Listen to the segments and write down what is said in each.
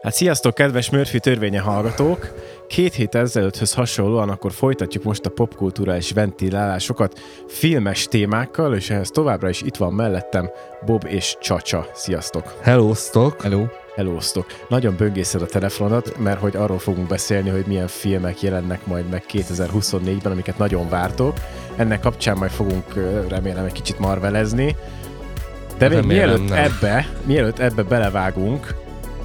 Hát sziasztok, kedves Murphy törvénye hallgatók! 2 hét ezelőtthöz hasonlóan akkor folytatjuk most a popkulturális ventilálásokat filmes témákkal, és ehhez továbbra is itt van mellettem Bob és Csacsa. Sziasztok! Hellóztok! Hello! Hellóztok! Nagyon böngészed a telefonodat, mert hogy arról fogunk beszélni, hogy milyen filmek jelennek majd meg 2024-ben, amiket nagyon vártok. Ennek kapcsán majd fogunk remélem egy kicsit marvelezni. De még mielőtt ebbe belevágunk,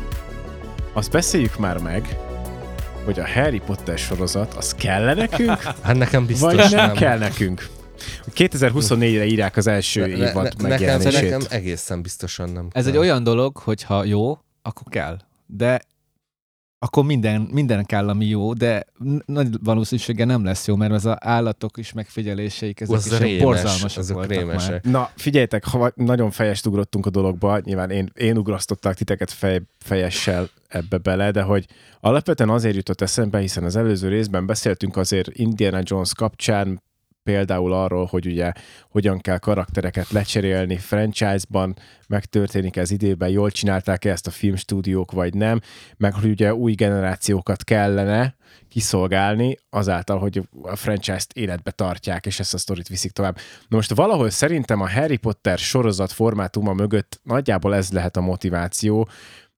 azt beszéljük már meg, hogy a Harry Potter sorozat, az kell nekünk? Hát nekem biztos vagy nem kell nekünk? 2024-re írják az első évad megjelenését. Nekem egészen biztosan nem kell. Ez egy olyan dolog, hogy ha jó, akkor kell. De akkor minden kell, ami jó, de nagy valószínűséggel nem lesz jó, mert az állatok is megfigyeléseik, ezek is borzalmasak voltak már. Na, figyeljetek, ha nagyon fejest ugrottunk a dologba, nyilván én ugrasztottak titeket fejessel ebbe bele, de hogy alapvetően azért jutott eszembe, hiszen az előző részben beszéltünk azért Indiana Jones kapcsán például arról, hogy ugye hogyan kell karaktereket lecserélni franchise-ban, megtörténik ez időben, jól csinálták-e ezt a filmstúdiók, vagy nem, meg hogy ugye új generációkat kellene kiszolgálni azáltal, hogy a franchise-t életbe tartják, és ezt a sztorit viszik tovább. Na most valahol szerintem a Harry Potter sorozat formátuma mögött nagyjából ez lehet a motiváció.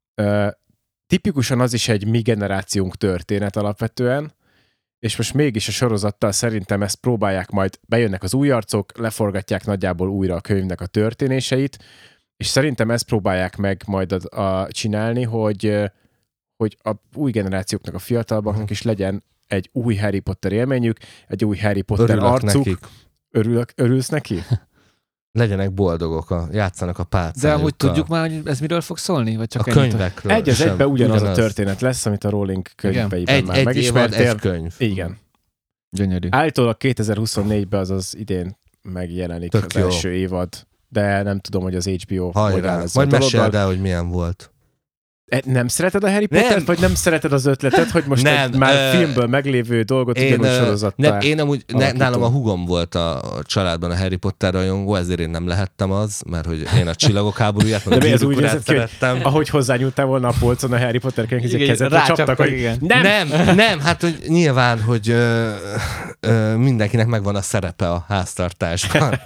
Tipikusan az is egy mi generációnk történet alapvetően, és most mégis a sorozattal szerintem ezt próbálják majd, bejönnek az új arcok, leforgatják nagyjából újra a könyvnek a történéseit, és szerintem ezt próbálják meg majd csinálni, hogy a új generációknak, a fiatalabbaknak is legyen egy új Harry Potter élményük, egy új Harry Potter arcuk. Örülsz neki? Legyenek boldogok, játszanak a pálcájukkal. De amúgy tudjuk már, hogy ez miről fog szólni? Vagy csak a könyvekről. Egy az egyben ugyanaz a történet lesz, amit a Rowling könyveiben már megismertél. Egy könyv. Igen. Gyönyörű. Állítólag 2024-ben, azaz idén megjelenik tök az jó. első évad, de nem tudom, hogy az HBO Hajrá, majd meséld el, hogy milyen volt. Nem szereted a Harry Pottert, vagy nem szereted az ötletet, hogy most már filmből meglévő dolgot ugyanúgy sorozattá? Én amúgy, nálam a hugom volt a családban a Harry Potter rajongó, ezért én nem lehettem az, mert hogy én a Csillagok háborúját, meg a Gyűrűk szerettem. Ahogy hozzányúltál volna a polcon a Harry Potter könyvhez, kezedre csaptak, hogy nem, hát hogy nyilván, hogy mindenkinek megvan a szerepe a háztartásban.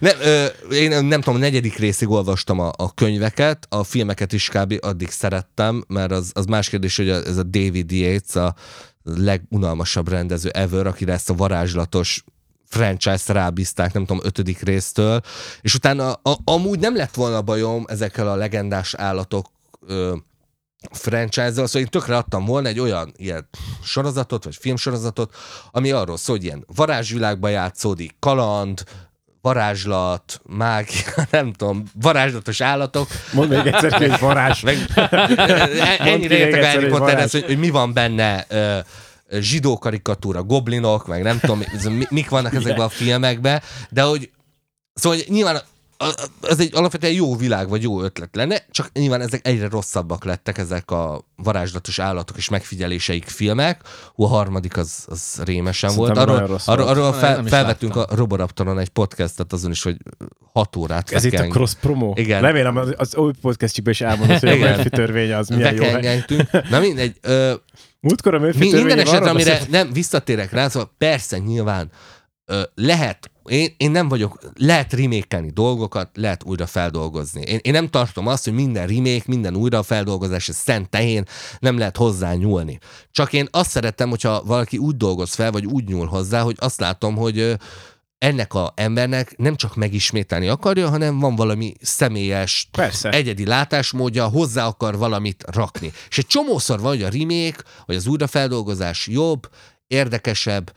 Én nem tudom, a 4. részig olvastam a könyveket, a filmeket is kb. Addig szerettem, mert az más kérdés, hogy ez a David Yates a legunalmasabb rendező ever, akire ezt a varázslatos franchise-t rábízták, nem tudom, 5. résztől, és utána amúgy nem lett volna bajom ezekkel a legendás állatok franchise-zal, szóval én tökre adtam volna egy olyan ilyen sorozatot, vagy filmsorozatot, ami arról szól, hogy ilyen varázsvilágban játszódik, kaland, varázslat, mágia, nem tudom, varázslatos állatok. Mondd még egyszer, hogy varázs. Ennyire értek a Harry Potterhez, hogy mi van benne, zsidó karikatúra, goblinok, meg nem tudom, mik vannak ezekben a filmekben, de hogy szóval hogy nyilván ez egy alapvetően jó világ, vagy jó ötlet lenne, csak nyilván ezek egyre rosszabbak lettek, ezek a varázslatos állatok és megfigyeléseik filmek. A 3. az rémesen volt. Arról felvettünk a Roboraptoron egy podcastet, azon is, hogy 6 órát ez itt a cross promo. Igen. Remélem az új podcastjükben is elmondod, hogy a Murphy törvénye az milyen jó. Na mindegy. Múltkor a Murphy törvénye minden esetre, amire nem visszatérek rá, szóval persze nyilván lehet, én nem vagyok, lehet remake-elni dolgokat, lehet újra feldolgozni. Én nem tartom azt, hogy minden remake, minden újra feldolgozás, ez szent tehén, nem lehet hozzá nyúlni. Csak én azt szeretem, hogyha valaki úgy dolgoz fel, vagy úgy nyúl hozzá, hogy azt látom, hogy ennek az embernek nem csak megismételni akarja, hanem van valami személyes, egyedi látásmódja, hozzá akar valamit rakni. És egy csomószor van, hogy a remake, vagy az újrafeldolgozás jobb, érdekesebb,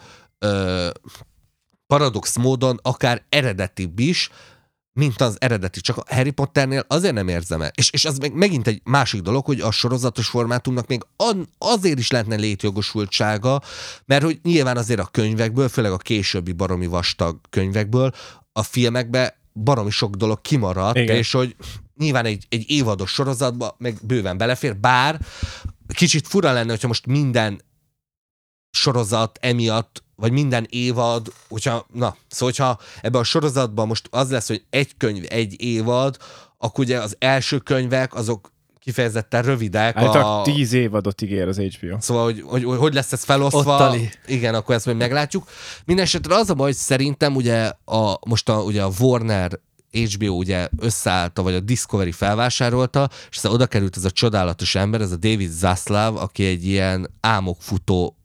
paradox módon akár eredetibb is, mint az eredeti. Csak a Harry Potternél azért nem érzem el. És az megint egy másik dolog, hogy a sorozatos formátumnak még azért is lehetne létjogosultsága, mert hogy nyilván azért a könyvekből, főleg a későbbi baromi vastag könyvekből, a filmekbe baromi sok dolog kimaradt, igen. És hogy nyilván egy évados sorozatba meg bőven belefér, bár kicsit fura lenne, hogyha most minden sorozat emiatt, vagy minden évad, hogyha ebben a sorozatban most az lesz, hogy egy könyv, egy évad, akkor ugye az első könyvek, azok kifejezetten rövidek. Hát 10 évadot ígér az HBO. Szóval, hogy lesz ez felosztva. Ottali. Igen, akkor ezt majd meglátjuk. Mindenesetre az a baj, hogy szerintem ugye ugye a Warner HBO ugye összeállta, vagy a Discovery felvásárolta, és aztán oda került ez a csodálatos ember, ez a David Zaslav, aki egy ilyen álmokfutó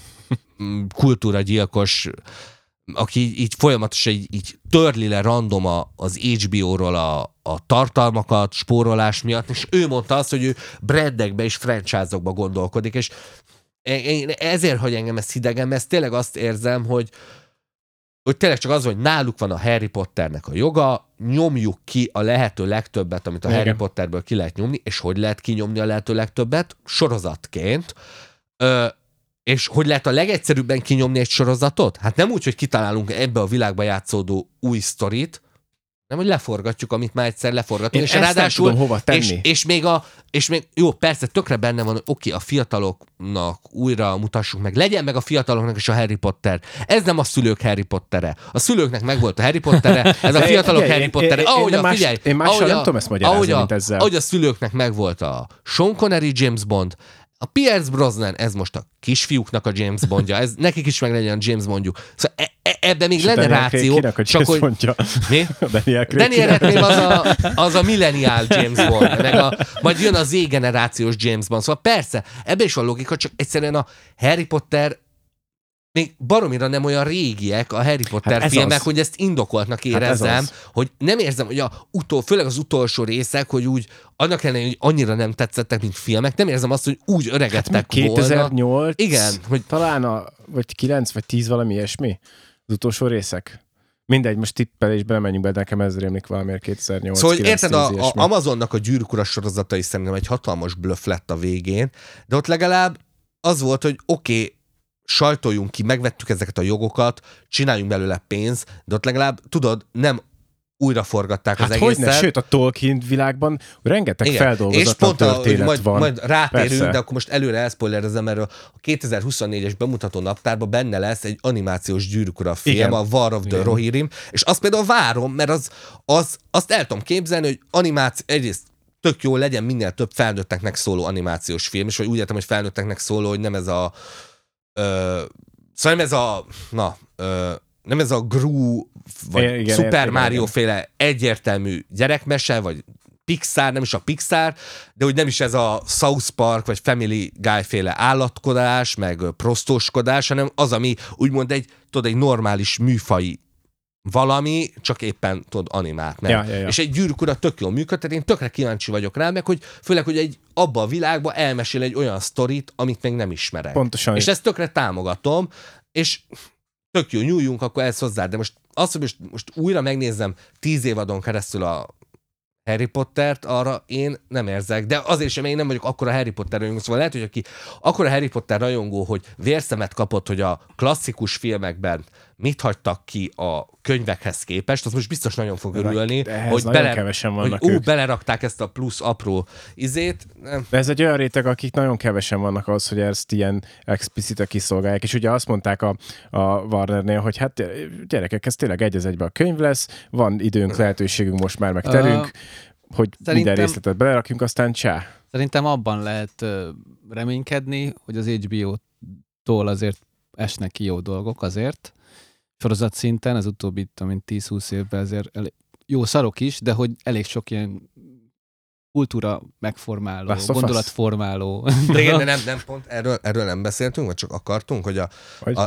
kultúragyilkos, aki így folyamatosan így törli le random az HBO-ról a tartalmakat, spórolás miatt, és ő mondta azt, hogy ő brandekbe és franchise-okba gondolkodik, és ezért, hogy engem ez hidegen, mert tényleg azt érzem, hogy tényleg csak az, hogy náluk van a Harry Potternek a joga, nyomjuk ki a lehető legtöbbet, amit a Harry Potterből ki lehet nyomni, és hogy lehet kinyomni a lehető legtöbbet? Sorozatként. És hogy lehet a legegyszerűbben kinyomni egy sorozatot? Hát nem úgy, hogy kitalálunk ebbe a világba játszódó új sztorit, nem, hogy leforgatjuk, amit már egyszer leforgatunk. És ráadásul nem tudom hova tenni. És még jó, persze tökre benne van, hogy oké, a fiataloknak újra mutassuk meg. Legyen meg a fiataloknak is a Harry Potter. Ez nem a szülők Harry Pottere. A szülőknek megvolt a Harry Pottere, ez a fiatalok Harry Pottere. Én mással nem tudom ezt magyarázni, mint ezzel. Ahogy a szülőknek megvolt a Sean Connery James Bond, a Pierce Brosnan, ez most a kisfiúknak a James Bondja, ez nekik is meg legyen a James Bondjuk. Szóval ebben még lenne ráció. Csak hogy... Mi? Daniel Radcliffe az a millennial James Bond, majd jön a Z-generációs James Bond. Szóval persze, ebben is van logika, csak egyszerűen a Harry Potter még baromira nem olyan régiek a Harry Potter filmek, hogy ezt indokoltnak érezzem, hogy nem érzem, hogy főleg az utolsó részek, hogy úgy annak ellenére, hogy annyira nem tetszettek, mint filmek, nem érzem azt, hogy úgy öregedtek 2008, volna. Igen. Hogy talán vagy 9 vagy 10 valami ilyesmi az utolsó részek. Mindegy, most tippelésbe belemegyünk be, nekem ez rémlik valamiért 2008. Szóval érted, a Amazonnak a Gyűrűk Ura sorozatai szerintem egy hatalmas bluff lett a végén, de ott legalább az volt, hogy oké, sajtoljunk ki, megvettük ezeket a jogokat, csináljunk belőle pénzt, de ott legalább, tudod, nem újraforgatták az egészet. Hogyne, sőt a Tolkien világban rengeteg feldolgozatlan történet van. Majd rátérünk, de akkor most előre elszpoilerezem, erről a 2024-es bemutató naptárban benne lesz egy animációs Gyűrűk Ura film, a War of the Rohirrim, és azt például várom, mert azt el tudom képzelni, hogy animáció, egyrészt tök jó legyen minél több felnőtteknek szóló animációs film, és hogy úgy értem, hogy felnőtteknek szóló, hogy nem ez a szóval nem ez a Gru, vagy Super Mario féle egyértelmű gyerekmese, vagy Pixar, nem is a Pixar, de úgy nem is ez a South Park, vagy Family Guy féle állatkodás, meg prostóskodás, hanem az, ami úgymond egy normális műfai valami, csak éppen animált meg. Ja. És egy Gyűrűk Ura tök jól működtet, én tökre kíváncsi vagyok rá, meg hogy főleg, hogy abba a világba elmesél egy olyan sztorit, amit még nem ismerek. Pontosan. És ezt tökre támogatom, és tök jó, nyúljunk akkor ezt hozzá, de most azt, hogy most újra megnézzem 10 évadon keresztül a Harry Pottert, arra én nem érzek, de azért sem, én nem vagyok akkora Harry Potter rajongó, szóval lehet, hogy aki akkora Harry Potter rajongó, hogy vérszemet kapott, hogy a klasszikus filmekben mit hagytak ki a könyvekhez képest, az most biztos nagyon fog örülni, hogy kevesen vannak ők. Belerakták ezt a plusz apró izét. De ez egy olyan réteg, akik nagyon kevesen vannak az, hogy ezt ilyen explicite kiszolgálják, és ugye azt mondták a Warnernél, hogy hát gyerekek, ez tényleg egy egybe a könyv lesz, van időnk, lehetőségünk most már, meg terünk, hogy minden részletet belerakjunk, aztán csá. Szerintem abban lehet reménykedni, hogy az HBO-tól azért esnek ki jó dolgok azért, sorozat szinten, az utóbbi 10-20 évben azért jó szarok is, de hogy elég sok ilyen kultúra megformáló, gondolatformáló. De nem pont erről nem beszéltünk, vagy csak akartunk, hogy a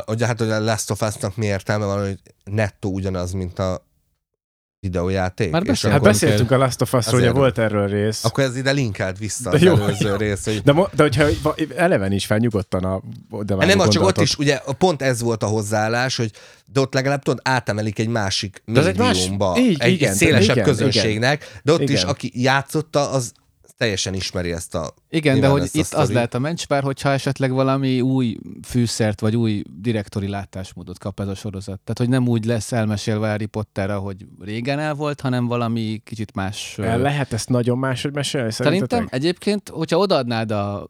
Last of Us-nak mi értelme van, hogy nettó ugyanaz, mint a videójáték. Már beszéltünk a Last of Us-ról, ugye volt erről rész. Akkor ez ide linkelt vissza az előző rész. Hogy... De hogyha eleven is fel nyugodtan nem, csak ott is, ugye pont ez volt a hozzáállás, hogy de ott legalább tudod, átemelik egy másik médiumba, egy szélesebb közönségnek, de ott is, aki játszotta, az teljesen ismeri ezt a... Igen, de hogy itt az lehet a mencsvár, hogyha esetleg valami új fűszert, vagy új direktori látásmódot kap ez a sorozat. Tehát, hogy nem úgy lesz elmesélve Harry Potter, ahogy régen el volt, hanem valami kicsit más... Lehet ezt nagyon máshogy mesélni? Szerintem egyébként, hogyha odaadnád a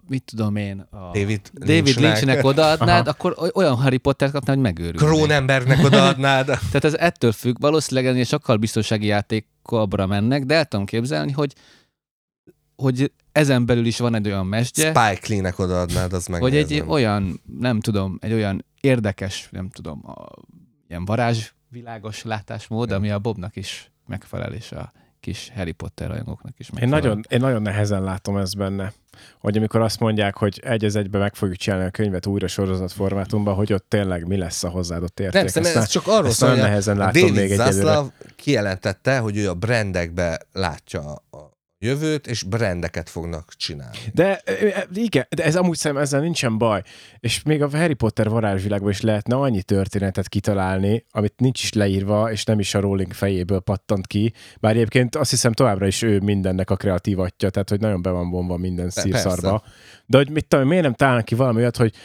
David Lynchnek odaadnád, akkor olyan Harry Pottert kapnád, hogy megőrülnék. Cronenbergnek odaadnád. Tehát ez ettől függ, valószínűleg ennél sokkal biztonsági játékokra mennek, de el tudom képzelni, hogy hogy ezen belül is van egy olyan mesdje, Spike Lee-nek odaadnád, az meg. hogy egy olyan, nem tudom, egy olyan érdekes, nem tudom, ilyen varázsvilágos látásmód, ami a Bobnak is megfelel, és a kis Harry Potter rajongóknak is megfelel. Én nagyon nehezen látom ezt benne, hogy amikor azt mondják, hogy egy az egyben meg fogjuk csinálni a könyvet újra sorozat formátumban, hogy ott tényleg mi lesz a hozzáadott érték. Nem, ez csak arról szól, hogy nehezen látom David még Zaslav kijelentette, hogy ő a brandekbe látja a jövőt, és brandeket fognak csinálni. De igen, de ez amúgy szerintem ezzel nincsen baj. És még a Harry Potter varázsvilágban is lehetne annyi történetet kitalálni, amit nincs is leírva, és nem is a Rowling fejéből pattant ki. Bár egyébként azt hiszem továbbra is ő mindennek a kreatív atya, tehát hogy nagyon be van vonva minden szírszarba. De hogy mit tudom, miért nem találnak ki valami olyat, hogy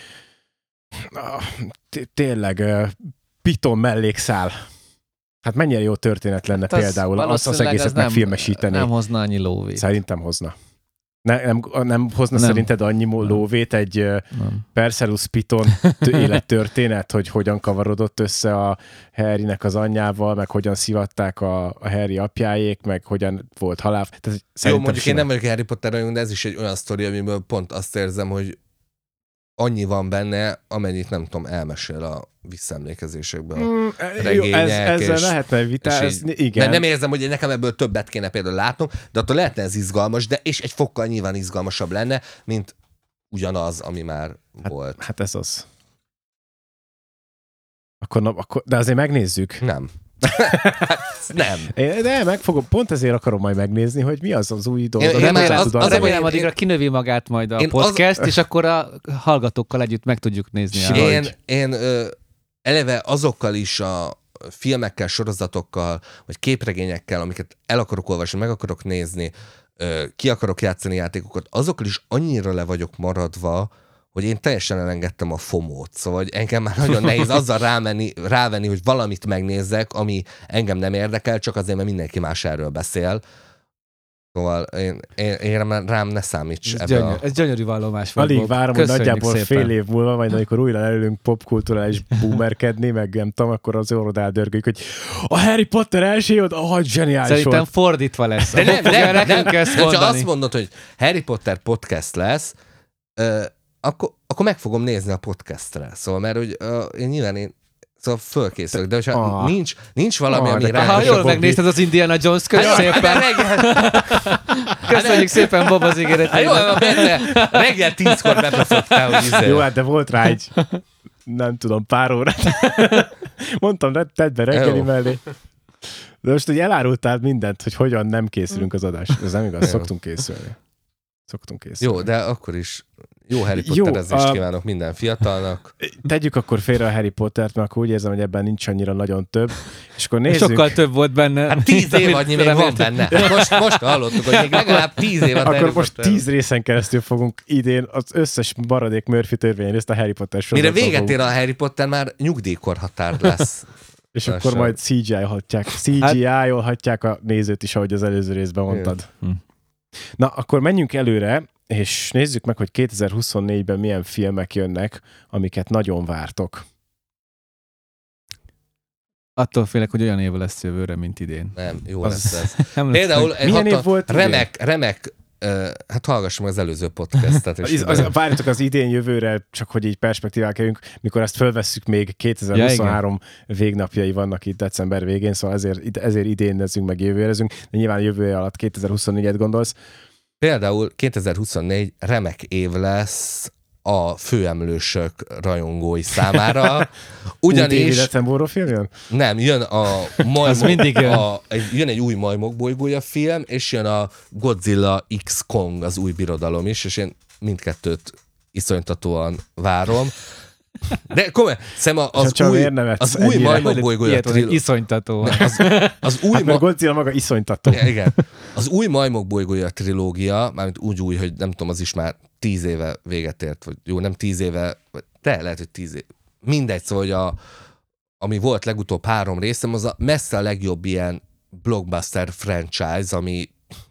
tényleg Piton mellékszál. Hát mennyire jó történet lenne például az egészet megfilmesíteni. Nem hozna annyi lóvét. Szerintem hozna. Nem hozna szerinted annyi lóvét egy Perseus Piton élettörténet, hogy hogyan kavarodott össze a Harrynek az anyjával, meg hogyan szivatták a Harry apjáék, meg hogyan volt halál. Jó, mondjuk én nem vagyok Harry Potter rajongó, de ez is egy olyan sztori, amiből pont azt érzem, hogy annyi van benne, amennyit nem tudom, elmesél a visszaemlékezésekből a regények. Ezzel lehetne vitázni, igen. Nem érzem, hogy nekem ebből többet kéne például látnom, de attól lehetne ez izgalmas, de és egy fokkal nyilván izgalmasabb lenne, mint ugyanaz, ami már volt. Hát ez az. Akkor, de azért megnézzük. Nem. Nem. De megfogom, pont ezért akarom majd megnézni, hogy mi az új dolog. Remélem addigra kinövi magát majd a podcast, és akkor a hallgatókkal együtt meg tudjuk nézni. Én eleve azokkal is a filmekkel, sorozatokkal, vagy képregényekkel, amiket el akarok olvasni, meg akarok nézni, ki akarok játszani játékokat, azokkal is annyira le vagyok maradva, hogy én teljesen elengedtem a FOMO-t. Szóval engem már nagyon nehéz azzal rávenni, hogy valamit megnézzek, ami engem nem érdekel, csak azért, mert mindenki más erről beszél. Szóval én rám ne számíts ebbe Ez gyönyörű vallomás volt. Alig várom, hogy nagyjából fél év múlva, majd amikor újra elülünk popkulturális boomerkedni, meg nem tudom, akkor az orrod eldörgődik, hogy a Harry Potter első évad, zseniális Szerintem volt. Fordítva lesz. De nem. Ha azt mondod, hogy Harry Potter podcast lesz, akkor meg fogom nézni a podcastre. Szóval, mert hogy én szóval fölkészülök, de hogyha nincs valami, ami rá... Ha jól megnézted az Indiana Jones, köszönjük szépen. Köszönjük szépen, Bob, az ígéretét. Jó, reggel 10-kor befogtál, hogy Jó, hát de volt rá egy, nem tudom, pár órát. Mondtam, tedd be reggeli mellé. De most ugye elárultál mindent, hogy hogyan nem készülünk az adás. Ez nem igaz, szoktunk készülni. Jó, de akkor is jó Harry Potterezést kívánok minden fiatalnak. Tegyük akkor félre a Harry Pottert, mert akkor úgy érzem, hogy ebben nincs annyira nagyon több. És akkor nézzük. Sokkal több volt benne. Hát 10 évadnyi még van benne. Most hallottuk, hogy még legalább 10 évad. Akkor most 10 részen keresztül fogunk idén az összes maradék Murphy törvény részt a Harry Potter sorozatban. Mire véget ér a Harry Potter, már nyugdíjkorhatár lesz. És akkor majd CGI-olhatják a nézőt is, ahogy az előző részben mondtad. Na, akkor menjünk előre, és nézzük meg, hogy 2024-ben milyen filmek jönnek, amiket nagyon vártok. Attól félek, hogy olyan év lesz jövőre, mint idén. Nem, jó lesz ez. Például milyen év volt remek, hát hallgassam az előző podcastet. Várjatok az idén jövőre, csak hogy így perspektívál kerüljünk, mikor ezt fölvesszük, még 2023 végnapjai vannak itt december végén, szóval ezért idén nezzünk meg jövőrezünk, de nyilván jövőre alatt 2024-et gondolsz. Például 2024 remek év lesz a főemlősök rajongói számára. Ugyanis... Attenborough film jön? Nem, jön a jön egy új Majmok bolygója film, és jön a Godzilla X Kong, az új birodalom is, és én mindkettőt iszonytatóan várom. De komolyan, az új Majmok bolygója iszonytató. Az új Godzilla maga iszonytató. Igen. Az új Majmok bolygója trilógia, mármint úgy, hogy nem tudom, az is már 10 éve véget ért, vagy jó, nem 10 éve, de lehet, hogy 10 éve. Mindegy, szóval, hogy ami volt legutóbb 3 részem, az a messze a legjobb ilyen blockbuster franchise, ami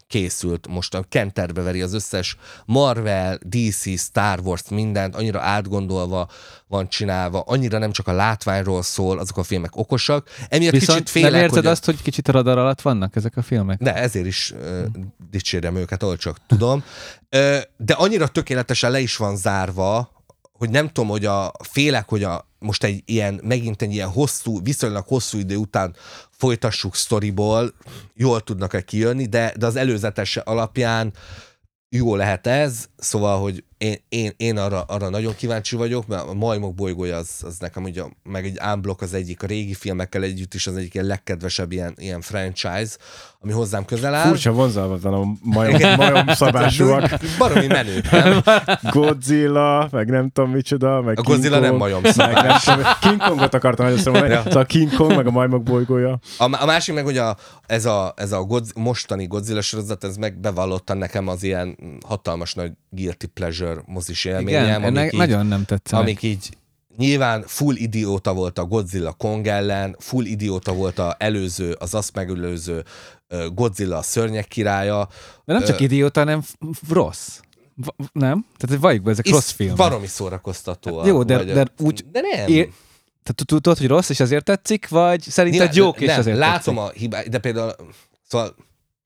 készült. Most a kenterbe veri az összes Marvel, DC, Star Wars, mindent, annyira átgondolva van csinálva, annyira nem csak a látványról szól, azok a filmek okosak. Emiatt Viszont kicsit félek, nem érzed azt, hogy kicsit a radar alatt vannak ezek a filmek? De ezért is dicsérem őket, ahol csak tudom. De annyira tökéletesen le is van zárva, hogy nem tudom, hogy félek, hogy most megint egy ilyen viszonylag hosszú idő után folytassuk sztoriból, jól tudnak-e kijönni, de az előzetes alapján jó lehet ez, szóval, hogy én arra nagyon kíváncsi vagyok, mert a Majmok bolygója az nekem ugye, meg egy unblock az egyik, a régi filmekkel együtt is az egyik ilyen legkedvesebb ilyen franchise, ami hozzám közel áll. Furcsa vonzalmatlan a majom szabásúak. Baromi menő, nem? Godzilla, meg nem tudom micsoda, meg a Godzilla nem majom szabás. King Kongot akartam nagyon mondani, szóval a King Kong, meg a Majmok bolygója. A másik meg, hogy ez a mostani Godzilla sorozat, ez meg bevallottan nekem az ilyen hatalmas nagy guilty pleasure mozis élményem. Igen, nagyon nem tetszett. Amik így nyilván full idióta volt a Godzilla Kong ellen, full idióta volt az azt megelőző Godzilla a szörnyek királya. De nem csak idióta, hanem rossz. Nem? Tehát valljuk be, ezek rossz filmek. Baromi szórakoztató. Jó, de úgy... De nem. Tehát tudod, hogy rossz, és azért tetszik, vagy szerinted jók, és azért látom tetszik? a hibát, de például szóval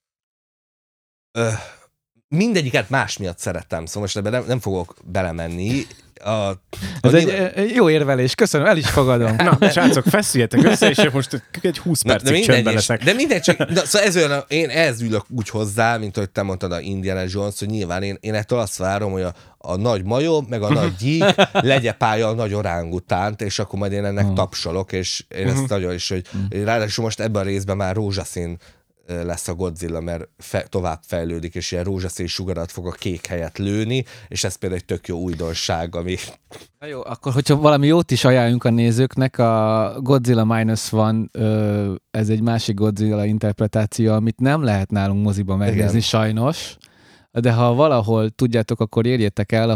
mindegyiket más miatt szerettem, szóval most ebben nem fogok belemenni. Ez egy jó érvelés, köszönöm, el is fogadom. Na, srácok, feszüljetek össze, és most egy 20 percig csöndben leszek. De mindegy, csak szóval ez olyan, én ehhez ülök úgy hozzá, mint ahogy te mondtad a Indiana Jones, hogy nyilván én ettől azt várom, hogy a nagy majom, meg a nagy gyík legyepálja a nagy orángutánt, és akkor majd én ennek tapsolok, és én ezt nagyon is, hogy ráadásul most ebben a részben már rózsaszín lesz a Godzilla, mert tovább fejlődik, és ilyen rózsaszín sugarat fog a kék helyett lőni, és ez például egy tök jó újdonság, ami... Na jó, akkor hogyha valami jót is ajánljunk a nézőknek, a Godzilla Minus One, ez egy másik Godzilla interpretáció, amit nem lehet nálunk moziban megnézni, sajnos, de ha valahol tudjátok, akkor érjétek el,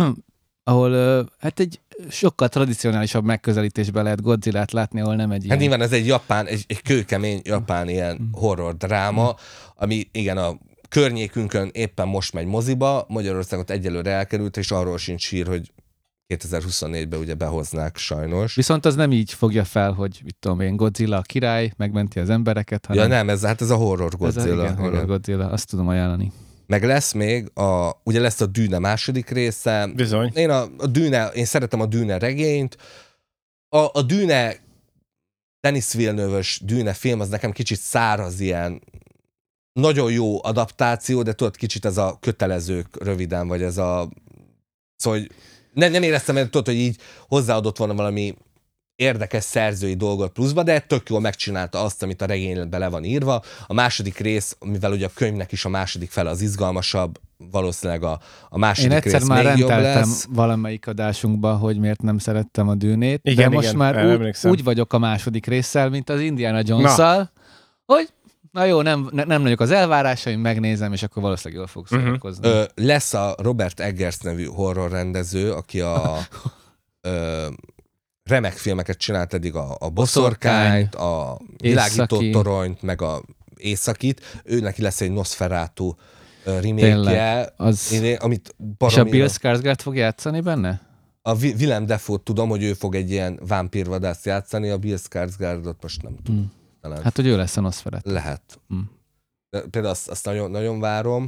ahol hát egy sokkal tradicionálisabb megközelítésben lehet Godzillát látni, ahol nem egy ilyen... Hát nyilván ez egy japán, egy kőkemény japán ilyen horror dráma, ami igen a környékünkön éppen most megy moziba, Magyarországot egyelőre elkerült, és arról sincs hír, hogy 2024-ben ugye behoznák sajnos. Viszont az nem így fogja fel, hogy mit tudom én, Godzilla a király, megmenti az embereket, hanem... Ja nem, ez a horror Godzilla. Igen, horror Godzilla, azt tudom ajánlani. Meg lesz még, ugye lesz a Dűne második része. Bizony. Én szeretem a Dűne regényt. A Dűne, Denis Villeneuve-ös Dűne film, az nekem kicsit száraz ilyen, nagyon jó adaptáció, de tudod, kicsit ez a kötelezők röviden, vagy ez a... Szóval, hogy nem éreztem, hogy tudod, hogy így hozzáadott volna valami érdekes szerzői dolgot pluszba, de tök jól megcsinálta azt, amit a regényben le van írva. A második rész, mivel ugye a könyvnek is a második fele az izgalmasabb, valószínűleg a második rész még jobb lesz. Én egyszer már rendeltem valamelyik adásunkba, hogy miért nem szerettem a Dűnét, igen, de most már úgy vagyok a második résszel, mint az Indiana Jones-szal, hogy na jó, nem nagyok az elvárásaim, megnézem, és akkor valószínűleg jól fogok szórakozni. Lesz a Robert Eggers nevű horror rendező, aki a remek filmeket csinált eddig, a Boszorkányt, a Világító toronyt, meg a Északit. Ő neki lesz egy Nosferatu remake-je. Amit és a Bill Skarsgård fog játszani benne? A Willem Dafoe tudom, hogy ő fog egy ilyen vámpírvadászt játszani, a Bill Skarsgårdot most nem tudom. Hát, hogy ő lesz a Nosferatu. Lehet. Például azt nagyon, nagyon várom.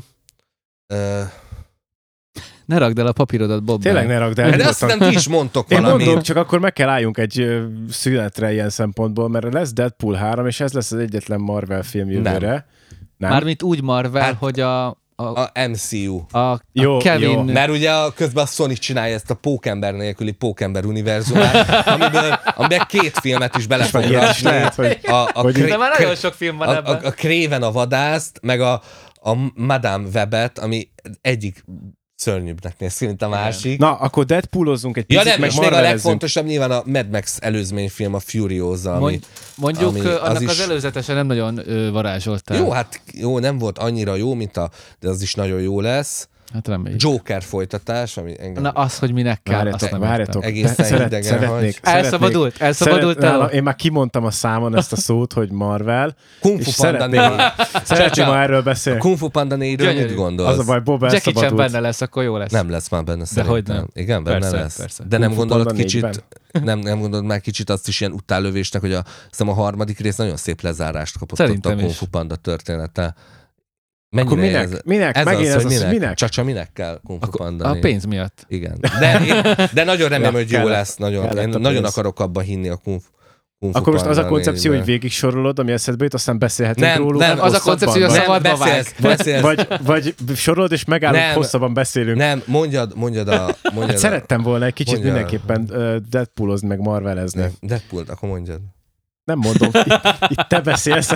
Ne rakd el a papírodat, Bob. Tényleg ne rakd el. De azt hiszem, ti is mondtok valamit. Én mondom, csak akkor meg kell álljunk egy szünetre ilyen szempontból, mert lesz Deadpool 3, és ez lesz az egyetlen Marvel film jövőre. Nem. Mármint úgy Marvel, hogy a MCU. Jó, Kevin... Jó. Mert ugye közben a Sony csinálja ezt a Pókember nélküli Pókember univerzumát, amiben 2 filmet is bele fog rakni. De már nagyon sok film van ebben. A Kraven a vadászt, meg a Madame Webet, ami egyik szörnyűbbnek néz ki, mint a másik. Na, akkor Deadpoolozzunk egy picit, meg még a legfontosabb nyilván a Mad Max előzményfilm, a Furiosa, Mondjuk annak az előzetese nem nagyon varázsoltál. Jó, hát jó, nem volt annyira jó, de az is nagyon jó lesz. Hát reméljük. Joker folytatás, ami engem... Na az, hogy minek kell, azt nem Várjatok, Egészen idegen vagy. Elszabadult el. Én már kimondtam a számon ezt a szót, hogy Marvel. Kung Fu Panda 4. Szeretném ma erről beszélni. A Kung Fu Panda 4-ről mit gondolsz? Az a baj, Bob Jackie Chan elszabadult. benne lesz, akkor jó lesz. Nem lesz már benne szerintem. hogy nem. Igen, benne Persze, lesz. persze. De nem Kung Fu gondolod Panda kicsit, nem gondolod már kicsit azt is ilyen utánlövésnek, hogy a harmadik rész nagyon szép lezárást kapott Szerintem ott a Kung is. Fu Panda története. Akkor Mennyire minek? ez Megint az, ez hogy az, minek? minek? Csacsa, minek kell Kung Fu Panda? A pénz miatt. Igen. De nagyon remélem, hogy jó lesz. Én nagyon akarok abba hinni a Kung Fu Akkor most az a Panda koncepció, hogy 4-ben. végig sorolod, ami eszedbe jut, aztán beszélhetünk róluk. Nem, az a koncepció, hogy a Nem, szabadba vág. Vagy sorolod, és megállunk, Nem. hosszabban beszélünk. Nem, mondjad Hát szerettem volna egy kicsit Mondjad. mindenképpen Deadpoolozni, meg Marvelezni. Deadpool, akkor mondjad. Nem mondom, itt te beszélsz,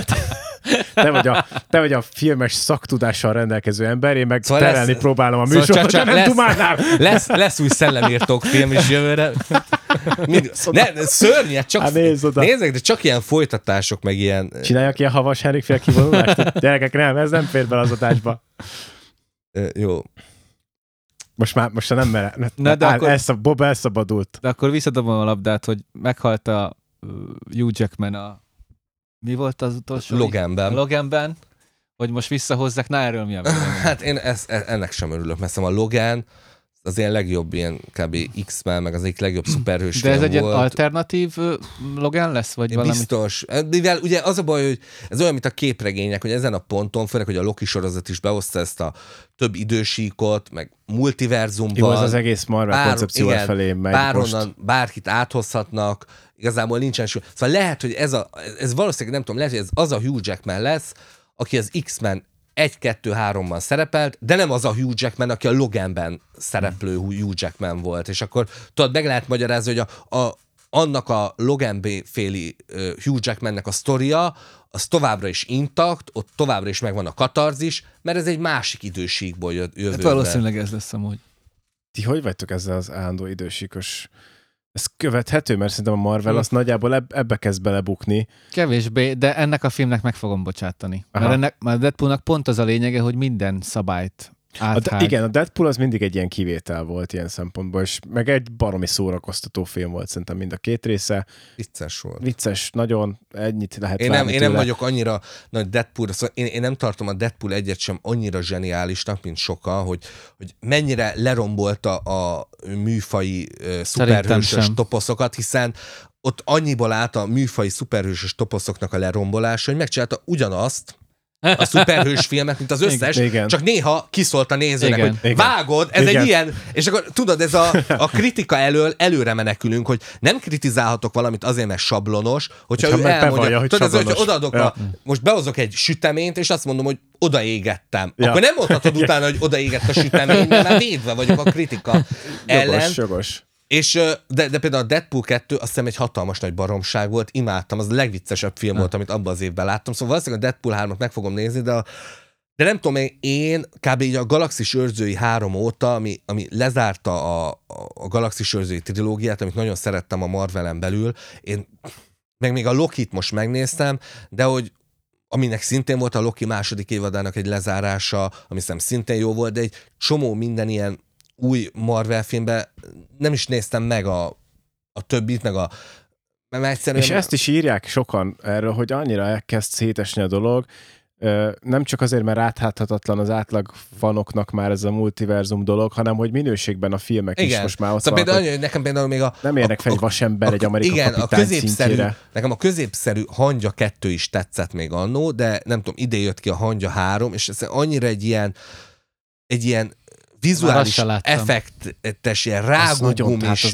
te vagy a filmes szaktudással rendelkező ember, én meg Szóval terelni lesz- próbálom a Szóval műsort, csak nem lesz- dumálnál. Lesz új szellemírtók film is jövőre. Szörnyet, csak Hát nézd oda. nézzek, de csak ilyen folytatások, meg ilyen... Csináljak ilyen Havas Henrik fél kivonulást? Gyerekek, nem, ez nem fér bele az adásba. Jó. Most már nem mere. Na, de akkor- Bob elszabadult. De akkor visszadobom a labdát, hogy meghalt a Hugh Jackman a... Mi volt az utolsó? Loganben. A Loganben. Hogy most visszahozzák, na erről mi a véleményed? Hát én ennek sem örülök, mert a Logan az ilyen legjobb ilyen kb. X-Men, meg az egyik legjobb szuperhős De ez film egy ilyen volt. alternatív Logan lesz, vagy valami? Biztos. Mivel ugye az a baj, hogy ez olyan, mint a képregények, hogy ezen a ponton, főleg, hogy a Loki sorozat is behozta ezt a több idősíkot, meg multiverzumban. Igaz, az egész Marvel koncepció felé megy bárhonnan bárkit áthozhatnak, igazából nincsen Szóval lehet, hogy ez valószínűleg, nem tudom, lehet, hogy ez az a Hugh Jackman lesz, aki az X-Men 1-2-3-ban szerepelt, de nem az a Hugh Jackman, aki a Loganben szereplő Hugh Jackman volt. És akkor tudod, meg lehet magyarázni, hogy annak a Logan féli Hugh Jackmannek a sztoria, az továbbra is intakt, ott továbbra is megvan a katarzis, mert ez egy másik idősíkból jövő. Hát valószínűleg ez lesz amúgy. Ti hogy vagytok ezzel az állandó idősíkos? Ez követhető, mert szerintem a Marvel azt nagyjából ebbe kezd belebukni. Kevésbé, de ennek a filmnek meg fogom bocsátani. Mert a Deadpoolnak pont az a lényege, hogy minden szabályt áthág. Igen, a Deadpool az mindig egy ilyen kivétel volt ilyen szempontból, és meg egy baromi szórakoztató film volt szerintem mind a két része. Vicces volt. Vicces, nagyon, ennyit lehet Én várni nem vagyok annyira nagy Deadpool, szóval én nem tartom a Deadpool egyet sem annyira zseniálisnak, mint sokan, hogy mennyire lerombolta a műfai szuperhősös toposzokat, hiszen ott annyiból állt a műfai szuperhősös toposzoknak a lerombolása, hogy megcsinálta ugyanazt, a szuperhős filmek, mint az összes, igen. Csak néha kiszólt a nézőnek, Igen. hogy vágod, ez egy ilyen, és akkor tudod, ez a kritika előre menekülünk, hogy nem kritizálhatok valamit azért, mert sablonos, hogyha ő elmondja, hogy tudod, sablonos. hogy odaadok most behozok egy süteményt, és azt mondom, hogy odaégettem. Akkor nem mondhatod utána, hogy odaégett a sütemény, mert már védve vagyok a kritika ellen. Jogos. És, de például a Deadpool 2 azt hiszem egy hatalmas nagy baromság volt, imádtam, az a legviccesebb film volt, amit abban az évben láttam, szóval valószínűleg a Deadpool 3-at meg fogom nézni, de nem tudom, én kb. Így a Galaxis őrzői 3 óta, ami lezárta a Galaxis őrzői trilógiát, amit nagyon szerettem a Marvelen belül, én meg még a Lokit most megnéztem, de hogy aminek szintén volt a Loki második évadának egy lezárása, ami szerintem szintén jó volt, de egy csomó minden ilyen új Marvel filmben nem is néztem meg a többit, meg mert egyszerűen... És ezt is írják sokan erről, hogy annyira elkezd szétesni a dolog, nem csak azért, mert átháthatatlan az átlag fanoknak már ez a multiverzum dolog, hanem hogy minőségben a filmek is most már ott szóval vannak, például, nekem például még nem érnek fel egy vasember, egy amerikai kapitány szintjére. Nekem a középszerű Hangya 2 is tetszett még annó, de nem tudom, ide jött ki a Hangya 3, és ez annyira egy ilyen vizuális effektes, ilyen rágógumis,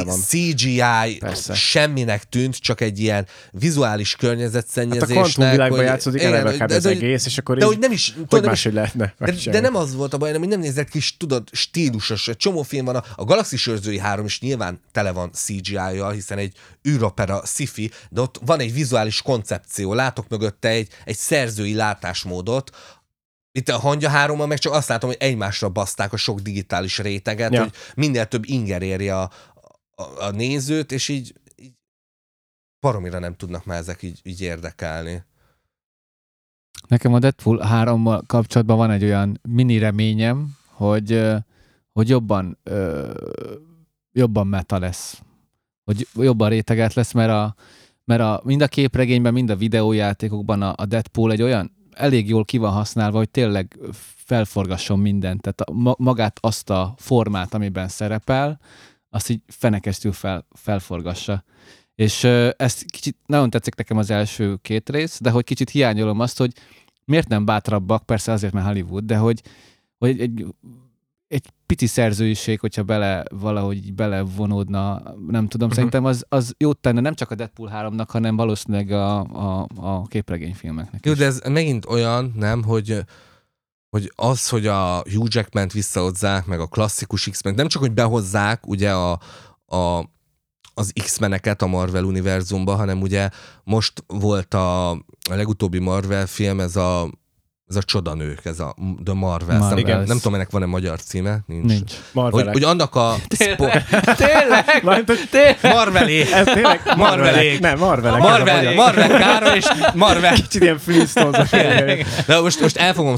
CGI persze. Semminek tűnt, csak egy ilyen vizuális környezetszennyezésnek. Hát a kvantumvilágban játszódik eleve kb. Az egész, és akkor így, nem is, hogy máshogy lehetne. De nem az volt a baj, hogy nem nézett ki, tudod, stílusos. Egy csomó film van, a Galaxis őrzői 3 is nyilván tele van CGI-jal, hiszen egy űropera sci-fi, de ott van egy vizuális koncepció, látok mögötte egy szerzői látásmódot. Itt a Hangya 3-mal meg csak azt látom, hogy egymásra baszták a sok digitális réteget, hogy minél több inger érje a nézőt, és így baromira nem tudnak már ezek így érdekelni. Nekem a Deadpool 3-mal kapcsolatban van egy olyan mini reményem, hogy jobban meta lesz. Hogy jobban réteget lesz, mert mind a képregényben, mind a videójátékokban a Deadpool egy olyan elég jól ki van használva, hogy tényleg felforgasson mindent. Tehát magát azt a formát, amiben szerepel, azt így fenekesztül felforgassa. És ezt kicsit nagyon tetszik nekem az első 2 rész, de hogy kicsit hiányolom azt, hogy miért nem bátrabbak, persze azért, mert Hollywood, de hogy egy pici szerzőiség, hogyha valahogy belevonódna, nem tudom, szerintem az jót tenne nem csak a Deadpool 3-nak, hanem valószínűleg a képregényfilmeknek Jó, is. de ez megint olyan, nem, hogy az, hogy a Hugh Jackmant visszahozzák, meg a klasszikus X-Men, nem csak, hogy behozzák ugye az X-meneket a Marvel univerzumba, hanem ugye most volt a legutóbbi Marvel film, ez a Csodanők, ez a The Marvels. Nem tudom, ennek van-e magyar címe? Nincs. Hogy annak a... Tényleg? Marvelék. Ez tényleg Marvelék. Nem, Marvelek. Marvel Károly és Marvel. Kicsit ilyen Flintstones. De most el fogom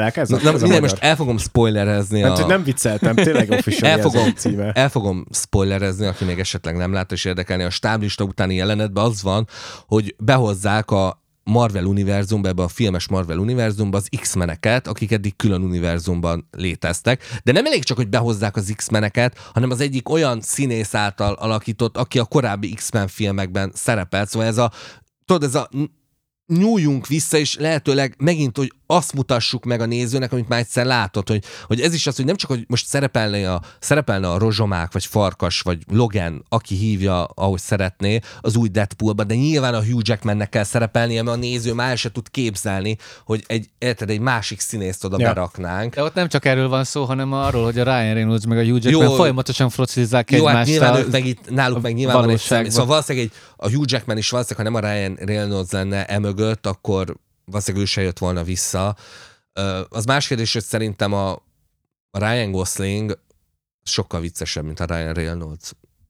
most el fogom spoilerezni. Nem vicceltem, tényleg official címe. El fogom spoilerezni, aki még esetleg nem látta és érdekelni. A stáblista utáni jelenetben az van, hogy behozzák a Marvel univerzumban, ebben a filmes Marvel univerzumban az X-meneket, akik eddig külön univerzumban léteztek. De nem elég csak, hogy behozzák az X-meneket, hanem az egyik olyan színész által alakított, aki a korábbi X-Men filmekben szerepelt. Szóval ez a nyúljunk vissza, és lehetőleg megint, hogy azt mutassuk meg a nézőnek, amit már egyszer látott, hogy ez is az, hogy nem csak, hogy most szerepelne a rozsomák, vagy Farkas, vagy Logan, aki hívja, ahogy szeretné, az új Deadpoolba, de nyilván a Hugh Jackmannek kell szerepelnie, mert a néző már se tud képzelni, hogy egy másik színészt oda beraknánk. De ott nem csak erről van szó, hanem arról, hogy a Ryan Reynolds meg a Hugh Jackman folyamatosan frocilizzák egymást. Hát nyilván ők meg itt, náluk meg nyilván van egy személy. Szóval valószínűleg a Hugh Jackman is valószínűleg, ha nem a Ryan Reynolds lenne emögött, akkor valószínűleg ő se jött volna vissza. Az más kérdés, hogy szerintem a Ryan Gosling sokkal viccesebb, mint a Ryan Reynolds.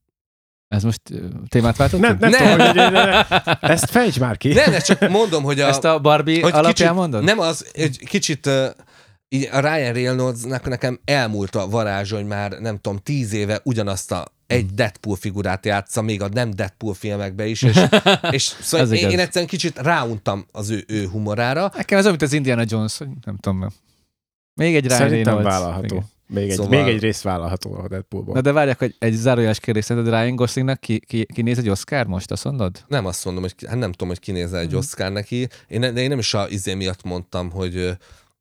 Ez most témát váltott? Nem tudom, hogy ezt fejtsd már ki. Nem, csak mondom, hogy ezt a Barbie alapján mondod? Nem az, egy kicsit így a Ryan Reynoldsnak nekem elmúlt a varázsa, hogy már nem tudom, 10 éve ugyanazt egy Deadpool figurát játsza, még a nem Deadpool filmekbe is, és szóval én egyszerűen kicsit ráuntam az ő humorára. Nekem ez olyan, mint az Indiana Jones, nem tudom. Még egy Ryan Szerintem Reynolds. Vállalható. Még egy rész vállalható a Deadpoolból. Na de várják, hogy egy zárójeles kérdés, szerinted Ryan Goslingnak ki néz egy Oscar most, azt mondod? Nem azt mondom, hogy nem tudom, hogy kinézel egy Oscar neki. Én nem is a izé miatt mondtam, hogy